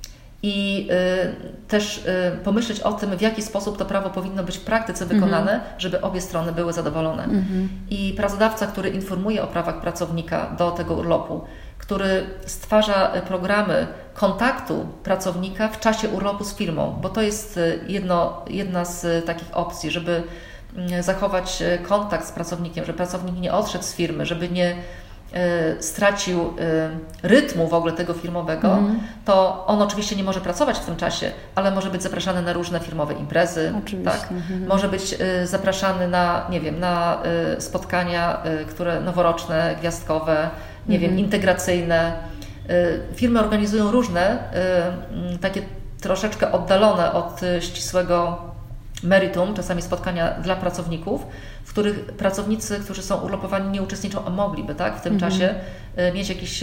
B: i też pomyśleć o tym, w jaki sposób to prawo powinno być w praktyce wykonane, żeby obie strony były zadowolone. I pracodawca, który informuje o prawach pracownika do tego urlopu, który stwarza programy kontaktu pracownika w czasie urlopu z firmą, bo to jest jedna z takich opcji, żeby zachować kontakt z pracownikiem, żeby pracownik nie odszedł z firmy, żeby nie stracił rytmu w ogóle tego firmowego, to on oczywiście nie może pracować w tym czasie, ale może być zapraszany na różne firmowe imprezy, może być zapraszany na spotkania, które noworoczne, gwiazdkowe, integracyjne. Firmy organizują różne takie troszeczkę oddalone od ścisłego meritum, czasami spotkania dla pracowników, w których pracownicy, którzy są urlopowani, nie uczestniczą, a mogliby, tak, w tym czasie mieć jakiś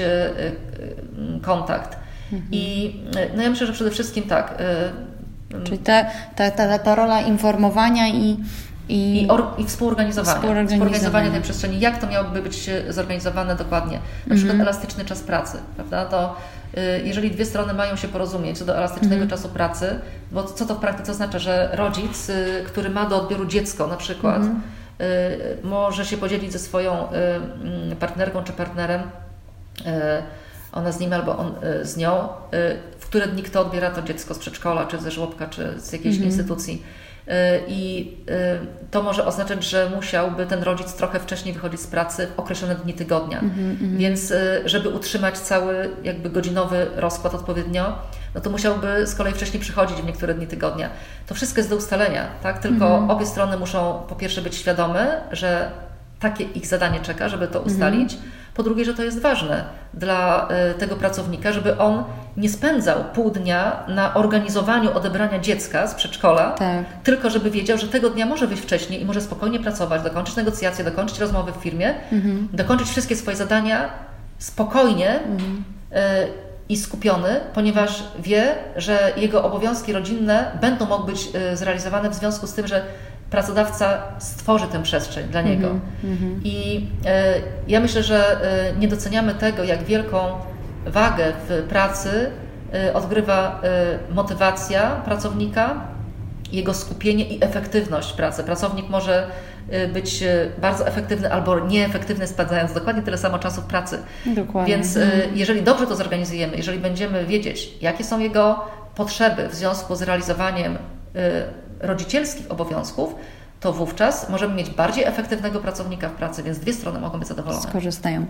B: kontakt. I no ja myślę, że przede wszystkim tak.
A: Czyli ta rola informowania i
B: współorganizowanie tej przestrzeni. Jak to miałoby być zorganizowane dokładnie? Na przykład elastyczny czas pracy, prawda? To jeżeli dwie strony mają się porozumieć co do elastycznego czasu pracy, bo co to w praktyce oznacza, że rodzic, który ma do odbioru dziecko na przykład, może się podzielić ze swoją partnerką czy partnerem, ona z nim albo on z nią, w które dni kto odbiera to dziecko z przedszkola, czy ze żłobka, czy z jakiejś instytucji. I to może oznaczać, że musiałby ten rodzic trochę wcześniej wychodzić z pracy w określone dni tygodnia. Więc żeby utrzymać cały jakby godzinowy rozkład odpowiednio, no to musiałby z kolei wcześniej przychodzić w niektóre dni tygodnia. To wszystko jest do ustalenia, tak? Tylko obie strony muszą po pierwsze być świadome, że takie ich zadanie czeka, żeby to ustalić. Po drugie, że to jest ważne dla tego pracownika, żeby on nie spędzał pół dnia na organizowaniu odebrania dziecka z przedszkola, tylko żeby wiedział, że tego dnia może wyjść wcześniej i może spokojnie pracować, dokończyć negocjacje, dokończyć rozmowy w firmie, dokończyć wszystkie swoje zadania spokojnie i skupiony, ponieważ wie, że jego obowiązki rodzinne będą mogły być zrealizowane w związku z tym, że pracodawca stworzy tę przestrzeń dla niego. I ja myślę, że nie doceniamy tego, jak wielką wagę w pracy odgrywa motywacja pracownika, jego skupienie i efektywność pracy. Pracownik może być bardzo efektywny albo nieefektywny, spędzając dokładnie tyle samo czasu w pracy.
A: Dokładnie.
B: Więc jeżeli dobrze to zorganizujemy, jeżeli będziemy wiedzieć, jakie są jego potrzeby w związku z realizowaniem rodzicielskich obowiązków, to wówczas możemy mieć bardziej efektywnego pracownika w pracy, więc dwie strony mogą być zadowolone.
A: Skorzystają.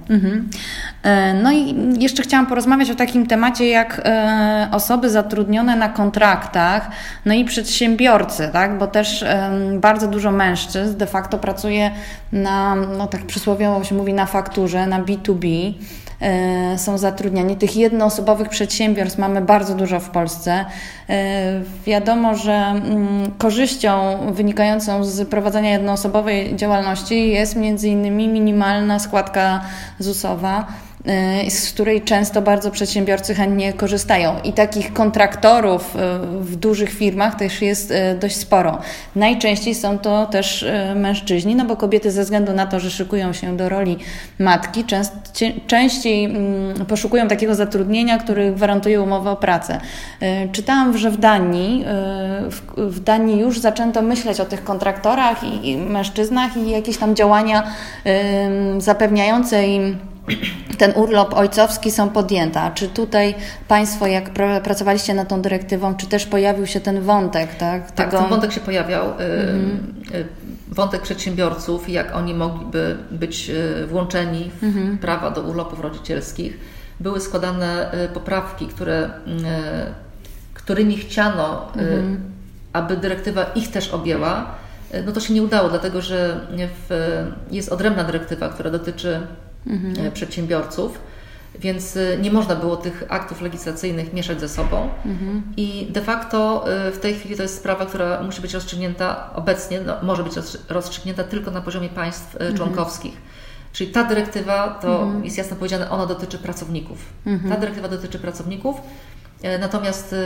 A: No i jeszcze chciałam porozmawiać o takim temacie jak osoby zatrudnione na kontraktach, no i przedsiębiorcy, tak? Bo też bardzo dużo mężczyzn de facto pracuje na, no tak przysłowiowo się mówi, na fakturze, na B2B. Są zatrudniani. Tych jednoosobowych przedsiębiorstw mamy bardzo dużo w Polsce. Wiadomo, że korzyścią wynikającą z prowadzenia jednoosobowej działalności jest między innymi minimalna składka ZUS-owa, z której często bardzo przedsiębiorcy chętnie korzystają. I takich kontraktorów w dużych firmach też jest dość sporo. Najczęściej są to też mężczyźni, no bo kobiety ze względu na to, że szykują się do roli matki, częściej poszukują takiego zatrudnienia, który gwarantuje umowę o pracę. Czytałam, że w Danii już zaczęto myśleć o tych kontraktorach i mężczyznach i jakieś tam działania zapewniające im ten urlop ojcowski są podjęte. A czy tutaj Państwo, jak pracowaliście nad tą dyrektywą, czy też pojawił się ten wątek? Tak,
B: ten wątek się pojawiał. Wątek przedsiębiorców, jak oni mogliby być włączeni w prawa do urlopów rodzicielskich. Były składane poprawki, którymi chciano, aby dyrektywa ich też objęła. No to się nie udało, dlatego że jest odrębna dyrektywa, która dotyczy przedsiębiorców, więc nie można było tych aktów legislacyjnych mieszać ze sobą i de facto w tej chwili to jest sprawa, która musi być rozstrzygnięta obecnie, może być rozstrzygnięta tylko na poziomie państw członkowskich. Czyli ta dyrektywa, to jest jasno powiedziane, ona dotyczy pracowników. Ta dyrektywa dotyczy pracowników, natomiast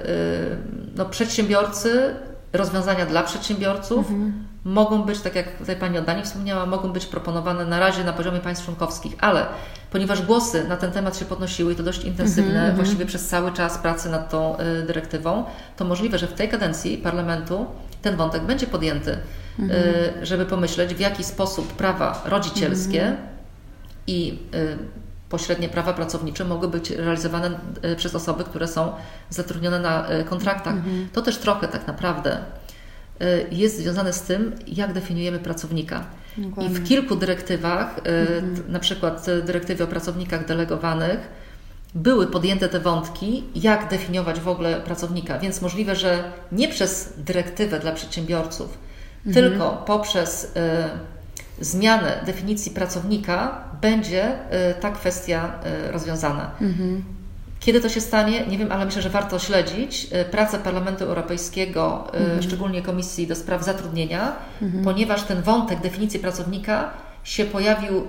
B: przedsiębiorcy, rozwiązania dla przedsiębiorców mogą być, tak jak tutaj Pani o Danii wspomniała, mogą być proponowane na razie na poziomie państw członkowskich, ale ponieważ głosy na ten temat się podnosiły i to dość intensywne, właściwie przez cały czas pracy nad tą dyrektywą, to możliwe, że w tej kadencji Parlamentu ten wątek będzie podjęty, żeby pomyśleć, w jaki sposób prawa rodzicielskie i pośrednie prawa pracownicze mogły być realizowane przez osoby, które są zatrudnione na kontraktach. To też trochę tak naprawdę jest związane z tym, jak definiujemy pracownika. I w kilku dyrektywach, na przykład dyrektywie o pracownikach delegowanych, były podjęte te wątki, jak definiować w ogóle pracownika. Więc możliwe, że nie przez dyrektywę dla przedsiębiorców, tylko poprzez zmianę definicji pracownika będzie ta kwestia rozwiązana. Kiedy to się stanie? Nie wiem, ale myślę, że warto śledzić pracę Parlamentu Europejskiego, szczególnie Komisji do Spraw Zatrudnienia, ponieważ ten wątek definicji pracownika się pojawił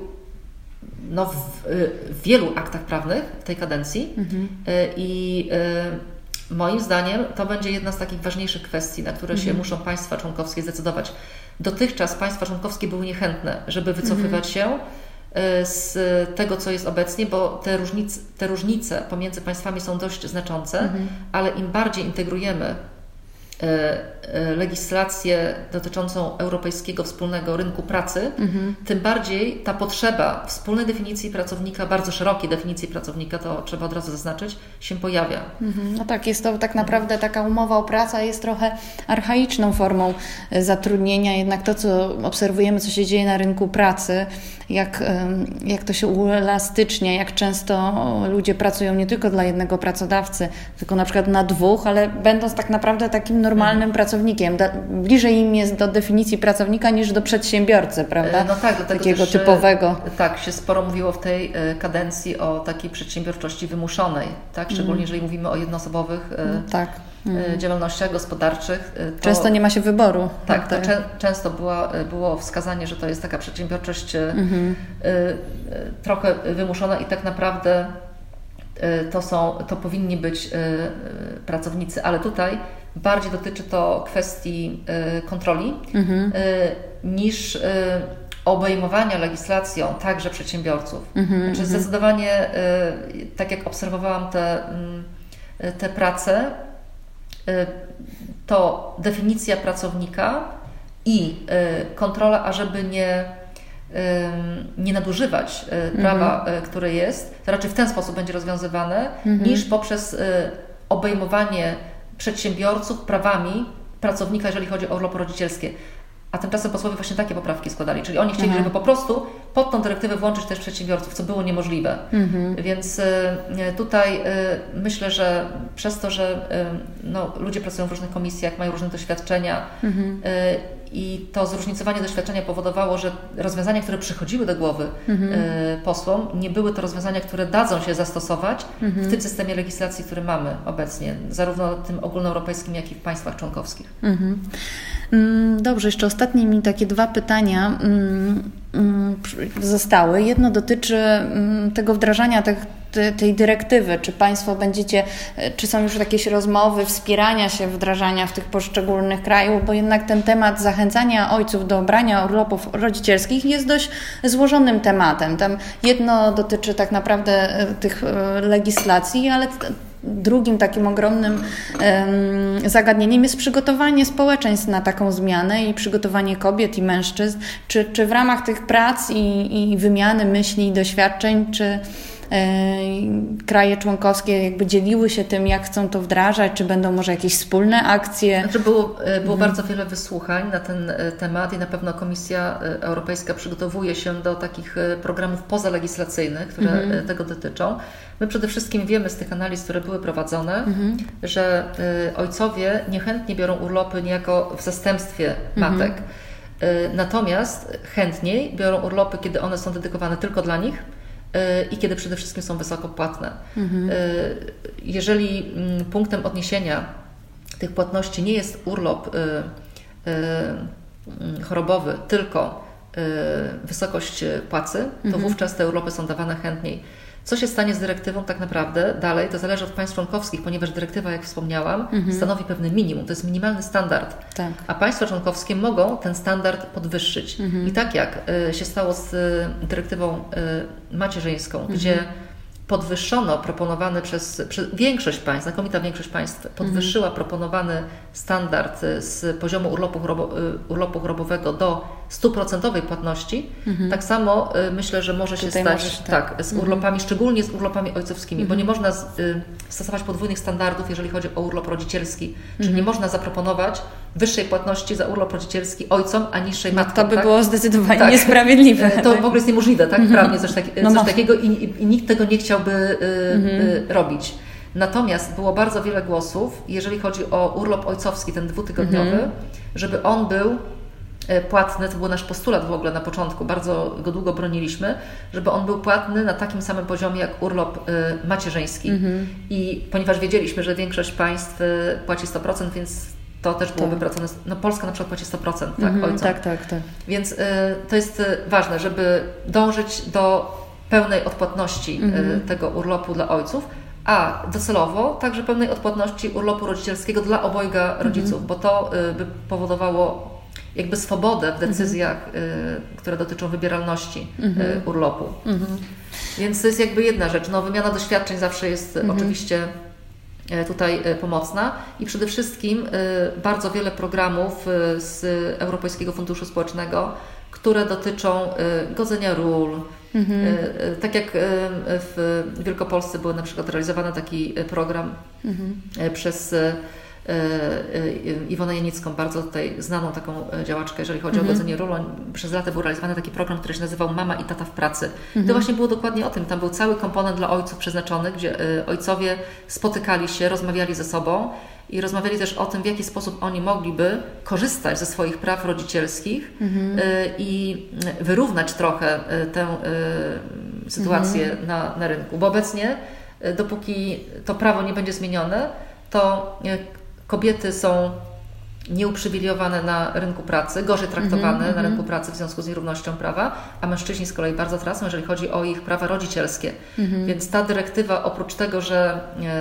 B: w wielu aktach prawnych w tej kadencji i moim zdaniem to będzie jedna z takich ważniejszych kwestii, na które się muszą państwa członkowskie zdecydować. Dotychczas państwa członkowskie były niechętne, żeby wycofywać się z tego, co jest obecnie, bo te różnice pomiędzy państwami są dość znaczące, ale im bardziej integrujemy legislację dotyczącą europejskiego wspólnego rynku pracy, tym bardziej ta potrzeba wspólnej definicji pracownika, bardzo szerokiej definicji pracownika, to trzeba od razu zaznaczyć, się pojawia.
A: No tak, jest to tak naprawdę taka umowa o pracę jest trochę archaiczną formą zatrudnienia, jednak to, co obserwujemy, co się dzieje na rynku pracy, jak to się uelastycznia, jak często ludzie pracują nie tylko dla jednego pracodawcy, tylko na przykład na dwóch, ale będąc tak naprawdę takim normalnym pracownikiem. Bliżej im jest do definicji pracownika niż do przedsiębiorcy, prawda?
B: No tak, dlatego
A: takiego
B: też,
A: typowego.
B: Tak, się sporo mówiło w tej kadencji o takiej przedsiębiorczości wymuszonej, tak? Szczególnie jeżeli mówimy o jednoosobowych działalnościach gospodarczych.
A: Często nie ma się wyboru.
B: Tak, to często było wskazanie, że to jest taka przedsiębiorczość trochę wymuszona i tak naprawdę to powinni być pracownicy, ale tutaj bardziej dotyczy to kwestii kontroli niż obejmowania legislacją także przedsiębiorców. Znaczy zdecydowanie, tak jak obserwowałam te prace, to definicja pracownika i kontrola, ażeby nie nadużywać prawa, które jest, to raczej w ten sposób będzie rozwiązywane, niż poprzez obejmowanie przedsiębiorców prawami pracownika, jeżeli chodzi o urlopy rodzicielskie. A tymczasem posłowie właśnie takie poprawki składali, czyli oni chcieli, żeby po prostu pod tą dyrektywę włączyć też przedsiębiorców, co było niemożliwe. Więc tutaj myślę, że przez to, że ludzie pracują w różnych komisjach, mają różne doświadczenia i to zróżnicowanie doświadczenia powodowało, że rozwiązania, które przychodziły do głowy posłom, nie były to rozwiązania, które dadzą się zastosować w tym systemie legislacji, który mamy obecnie, zarówno tym ogólnoeuropejskim, jak i w państwach członkowskich.
A: Dobrze, jeszcze ostatnie mi takie dwa pytania zostały. Jedno dotyczy tego wdrażania tej dyrektywy. Czy Państwo czy są już jakieś rozmowy wspierania się, wdrażania w tych poszczególnych krajach, bo jednak ten temat zachęcania ojców do brania urlopów rodzicielskich jest dość złożonym tematem. Tam jedno dotyczy tak naprawdę tych legislacji, ale drugim takim ogromnym zagadnieniem jest przygotowanie społeczeństw na taką zmianę i przygotowanie kobiet i mężczyzn. Czy w ramach tych prac i wymiany myśli i doświadczeń, czy kraje członkowskie jakby dzieliły się tym, jak chcą to wdrażać, czy będą może jakieś wspólne akcje?
B: Znaczy było bardzo wiele wysłuchań na ten temat i na pewno Komisja Europejska przygotowuje się do takich programów pozalegislacyjnych, które tego dotyczą. My przede wszystkim wiemy z tych analiz, które były prowadzone, że ojcowie niechętnie biorą urlopy niejako w zastępstwie matek. Natomiast chętniej biorą urlopy, kiedy one są dedykowane tylko dla nich i kiedy przede wszystkim są wysoko płatne. Jeżeli punktem odniesienia tych płatności nie jest urlop chorobowy, tylko wysokość płacy, to wówczas te urlopy są dawane chętniej. Co się stanie z dyrektywą tak naprawdę dalej, to zależy od państw członkowskich, ponieważ dyrektywa, jak wspomniałam, stanowi pewne minimum, to jest minimalny standard,
A: tak.
B: A państwa członkowskie mogą ten standard podwyższyć. I tak jak się stało z dyrektywą macierzyńską, gdzie podwyższono proponowany przez większość państw, znakomita większość państw podwyższyła proponowany standard z poziomu urlopu chorobowego do 100% płatności. Tak samo myślę, że może się stać z urlopami, szczególnie z urlopami ojcowskimi, bo nie można stosować podwójnych standardów, jeżeli chodzi o urlop rodzicielski. Czyli nie można zaproponować wyższej płatności za urlop rodzicielski ojcom, a niższej matkom.
A: To by było zdecydowanie niesprawiedliwe.
B: To w ogóle jest niemożliwe, tak? Prawnie coś takiego i nikt tego nie chciałby robić. Natomiast było bardzo wiele głosów, jeżeli chodzi o urlop ojcowski, ten 2-tygodniowy, żeby on był płatny, to był nasz postulat w ogóle na początku, bardzo go długo broniliśmy, żeby on był płatny na takim samym poziomie jak urlop macierzyński. I ponieważ wiedzieliśmy, że większość państw płaci 100%, więc to też byłoby płacone. No Polska na przykład płaci 100%, tak, ojcom.
A: Tak.
B: Więc to jest ważne, żeby dążyć do pełnej odpłatności tego urlopu dla ojców, a docelowo także pełnej odpłatności urlopu rodzicielskiego dla obojga rodziców, bo to by powodowało jakby swobodę w decyzjach, które dotyczą wybieralności urlopu. Więc to jest jakby jedna rzecz. No, wymiana doświadczeń zawsze jest oczywiście tutaj pomocna i przede wszystkim bardzo wiele programów z Europejskiego Funduszu Społecznego, które dotyczą godzenia ról. Tak jak w Wielkopolsce był na przykład realizowany taki program przez Iwonę Janicką, bardzo tutaj znaną taką działaczkę, jeżeli chodzi o godzenie ról. Przez lata był realizowany taki program, który się nazywał Mama i Tata w pracy. To właśnie było dokładnie o tym. Tam był cały komponent dla ojców przeznaczony, gdzie ojcowie spotykali się, rozmawiali ze sobą i rozmawiali też o tym, w jaki sposób oni mogliby korzystać ze swoich praw rodzicielskich i wyrównać trochę tę sytuację na rynku. Bo obecnie, dopóki to prawo nie będzie zmienione, to kobiety są nieuprzywilejowane na rynku pracy, gorzej traktowane na rynku pracy w związku z nierównością prawa, a mężczyźni z kolei bardzo tracą, jeżeli chodzi o ich prawa rodzicielskie. Więc ta dyrektywa, oprócz tego, że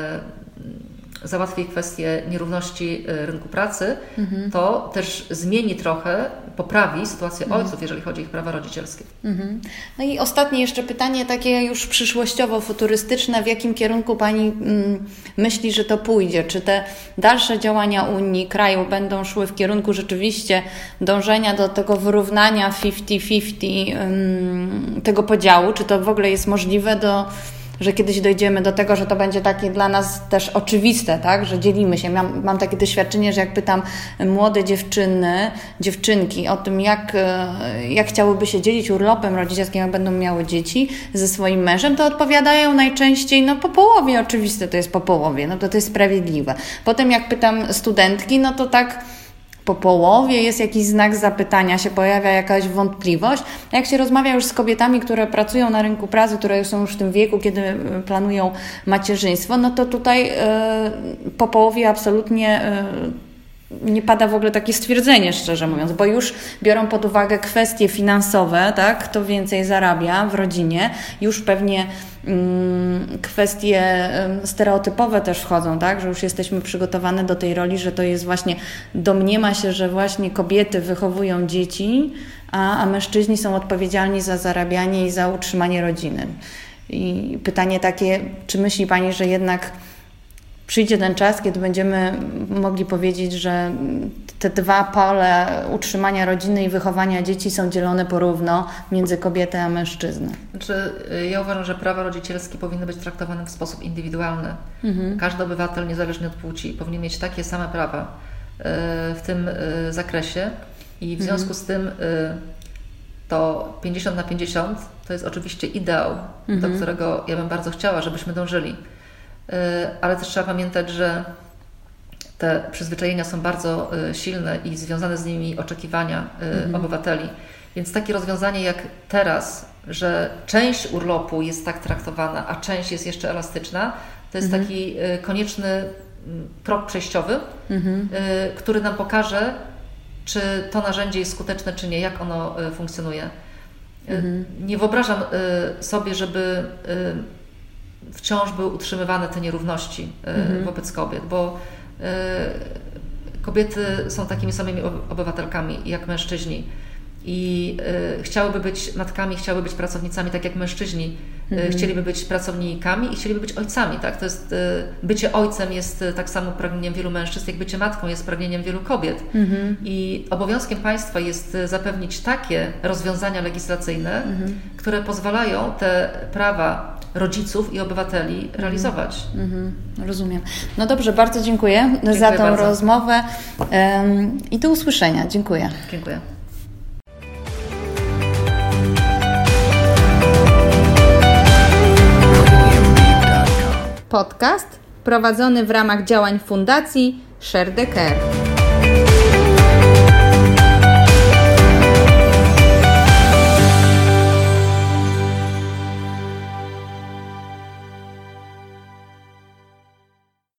B: załatwi kwestię nierówności rynku pracy, to też zmieni trochę, poprawi sytuację ojców, jeżeli chodzi o ich prawa rodzicielskie.
A: No i ostatnie jeszcze pytanie, takie już przyszłościowo futurystyczne. W jakim kierunku Pani myśli, że to pójdzie? Czy te dalsze działania Unii, kraju będą szły w kierunku rzeczywiście dążenia do tego wyrównania 50-50 tego podziału? Czy to w ogóle jest możliwe że kiedyś dojdziemy do tego, że to będzie takie dla nas też oczywiste, tak? Że dzielimy się. Mam takie doświadczenie, że jak pytam młode dziewczynki o tym, jak chciałyby się dzielić urlopem rodzicielskim, jak będą miały dzieci ze swoim mężem, to odpowiadają najczęściej, no po połowie, oczywiste to jest po połowie, no to jest sprawiedliwe. Potem jak pytam studentki, no to tak po połowie jest jakiś znak zapytania, się pojawia jakaś wątpliwość. Jak się rozmawia już z kobietami, które pracują na rynku pracy, które są już w tym wieku, kiedy planują macierzyństwo, no to tutaj po połowie absolutnie nie pada w ogóle takie stwierdzenie, szczerze mówiąc, bo już biorą pod uwagę kwestie finansowe, tak, kto więcej zarabia w rodzinie, już pewnie kwestie stereotypowe też wchodzą, tak, że już jesteśmy przygotowane do tej roli, że to jest właśnie, domniema się, że właśnie kobiety wychowują dzieci, a mężczyźni są odpowiedzialni za zarabianie i za utrzymanie rodziny. I pytanie takie, czy myśli Pani, że jednak przyjdzie ten czas, kiedy będziemy mogli powiedzieć, że te dwa pole utrzymania rodziny i wychowania dzieci są dzielone porówno między kobietę a mężczyznę?
B: Znaczy, ja uważam, że prawa rodzicielskie powinny być traktowane w sposób indywidualny. Każdy obywatel, niezależnie od płci, powinien mieć takie same prawa w tym zakresie i w związku z tym to 50/50 to jest oczywiście ideał, do którego ja bym bardzo chciała, żebyśmy dążyli. Ale też trzeba pamiętać, że te przyzwyczajenia są bardzo silne i związane z nimi oczekiwania obywateli. Więc takie rozwiązanie jak teraz, że część urlopu jest tak traktowana, a część jest jeszcze elastyczna, to jest taki konieczny krok przejściowy, który nam pokaże, czy to narzędzie jest skuteczne, czy nie, jak ono funkcjonuje. Nie wyobrażam sobie, żeby wciąż były utrzymywane te nierówności wobec kobiet, bo kobiety są takimi samymi obywatelkami jak mężczyźni i chciałyby być matkami, chciałyby być pracownicami tak jak mężczyźni, chcieliby być pracownikami i chcieliby być ojcami. Tak? To jest, bycie ojcem jest tak samo pragnieniem wielu mężczyzn, jak bycie matką jest pragnieniem wielu kobiet. I obowiązkiem państwa jest zapewnić takie rozwiązania legislacyjne, które pozwalają te prawa rodziców i obywateli realizować.
A: Rozumiem. No dobrze, bardzo dziękuję za tą rozmowę i do usłyszenia. Dziękuję.
B: Dziękuję.
A: Podcast prowadzony w ramach działań Fundacji Share the Care.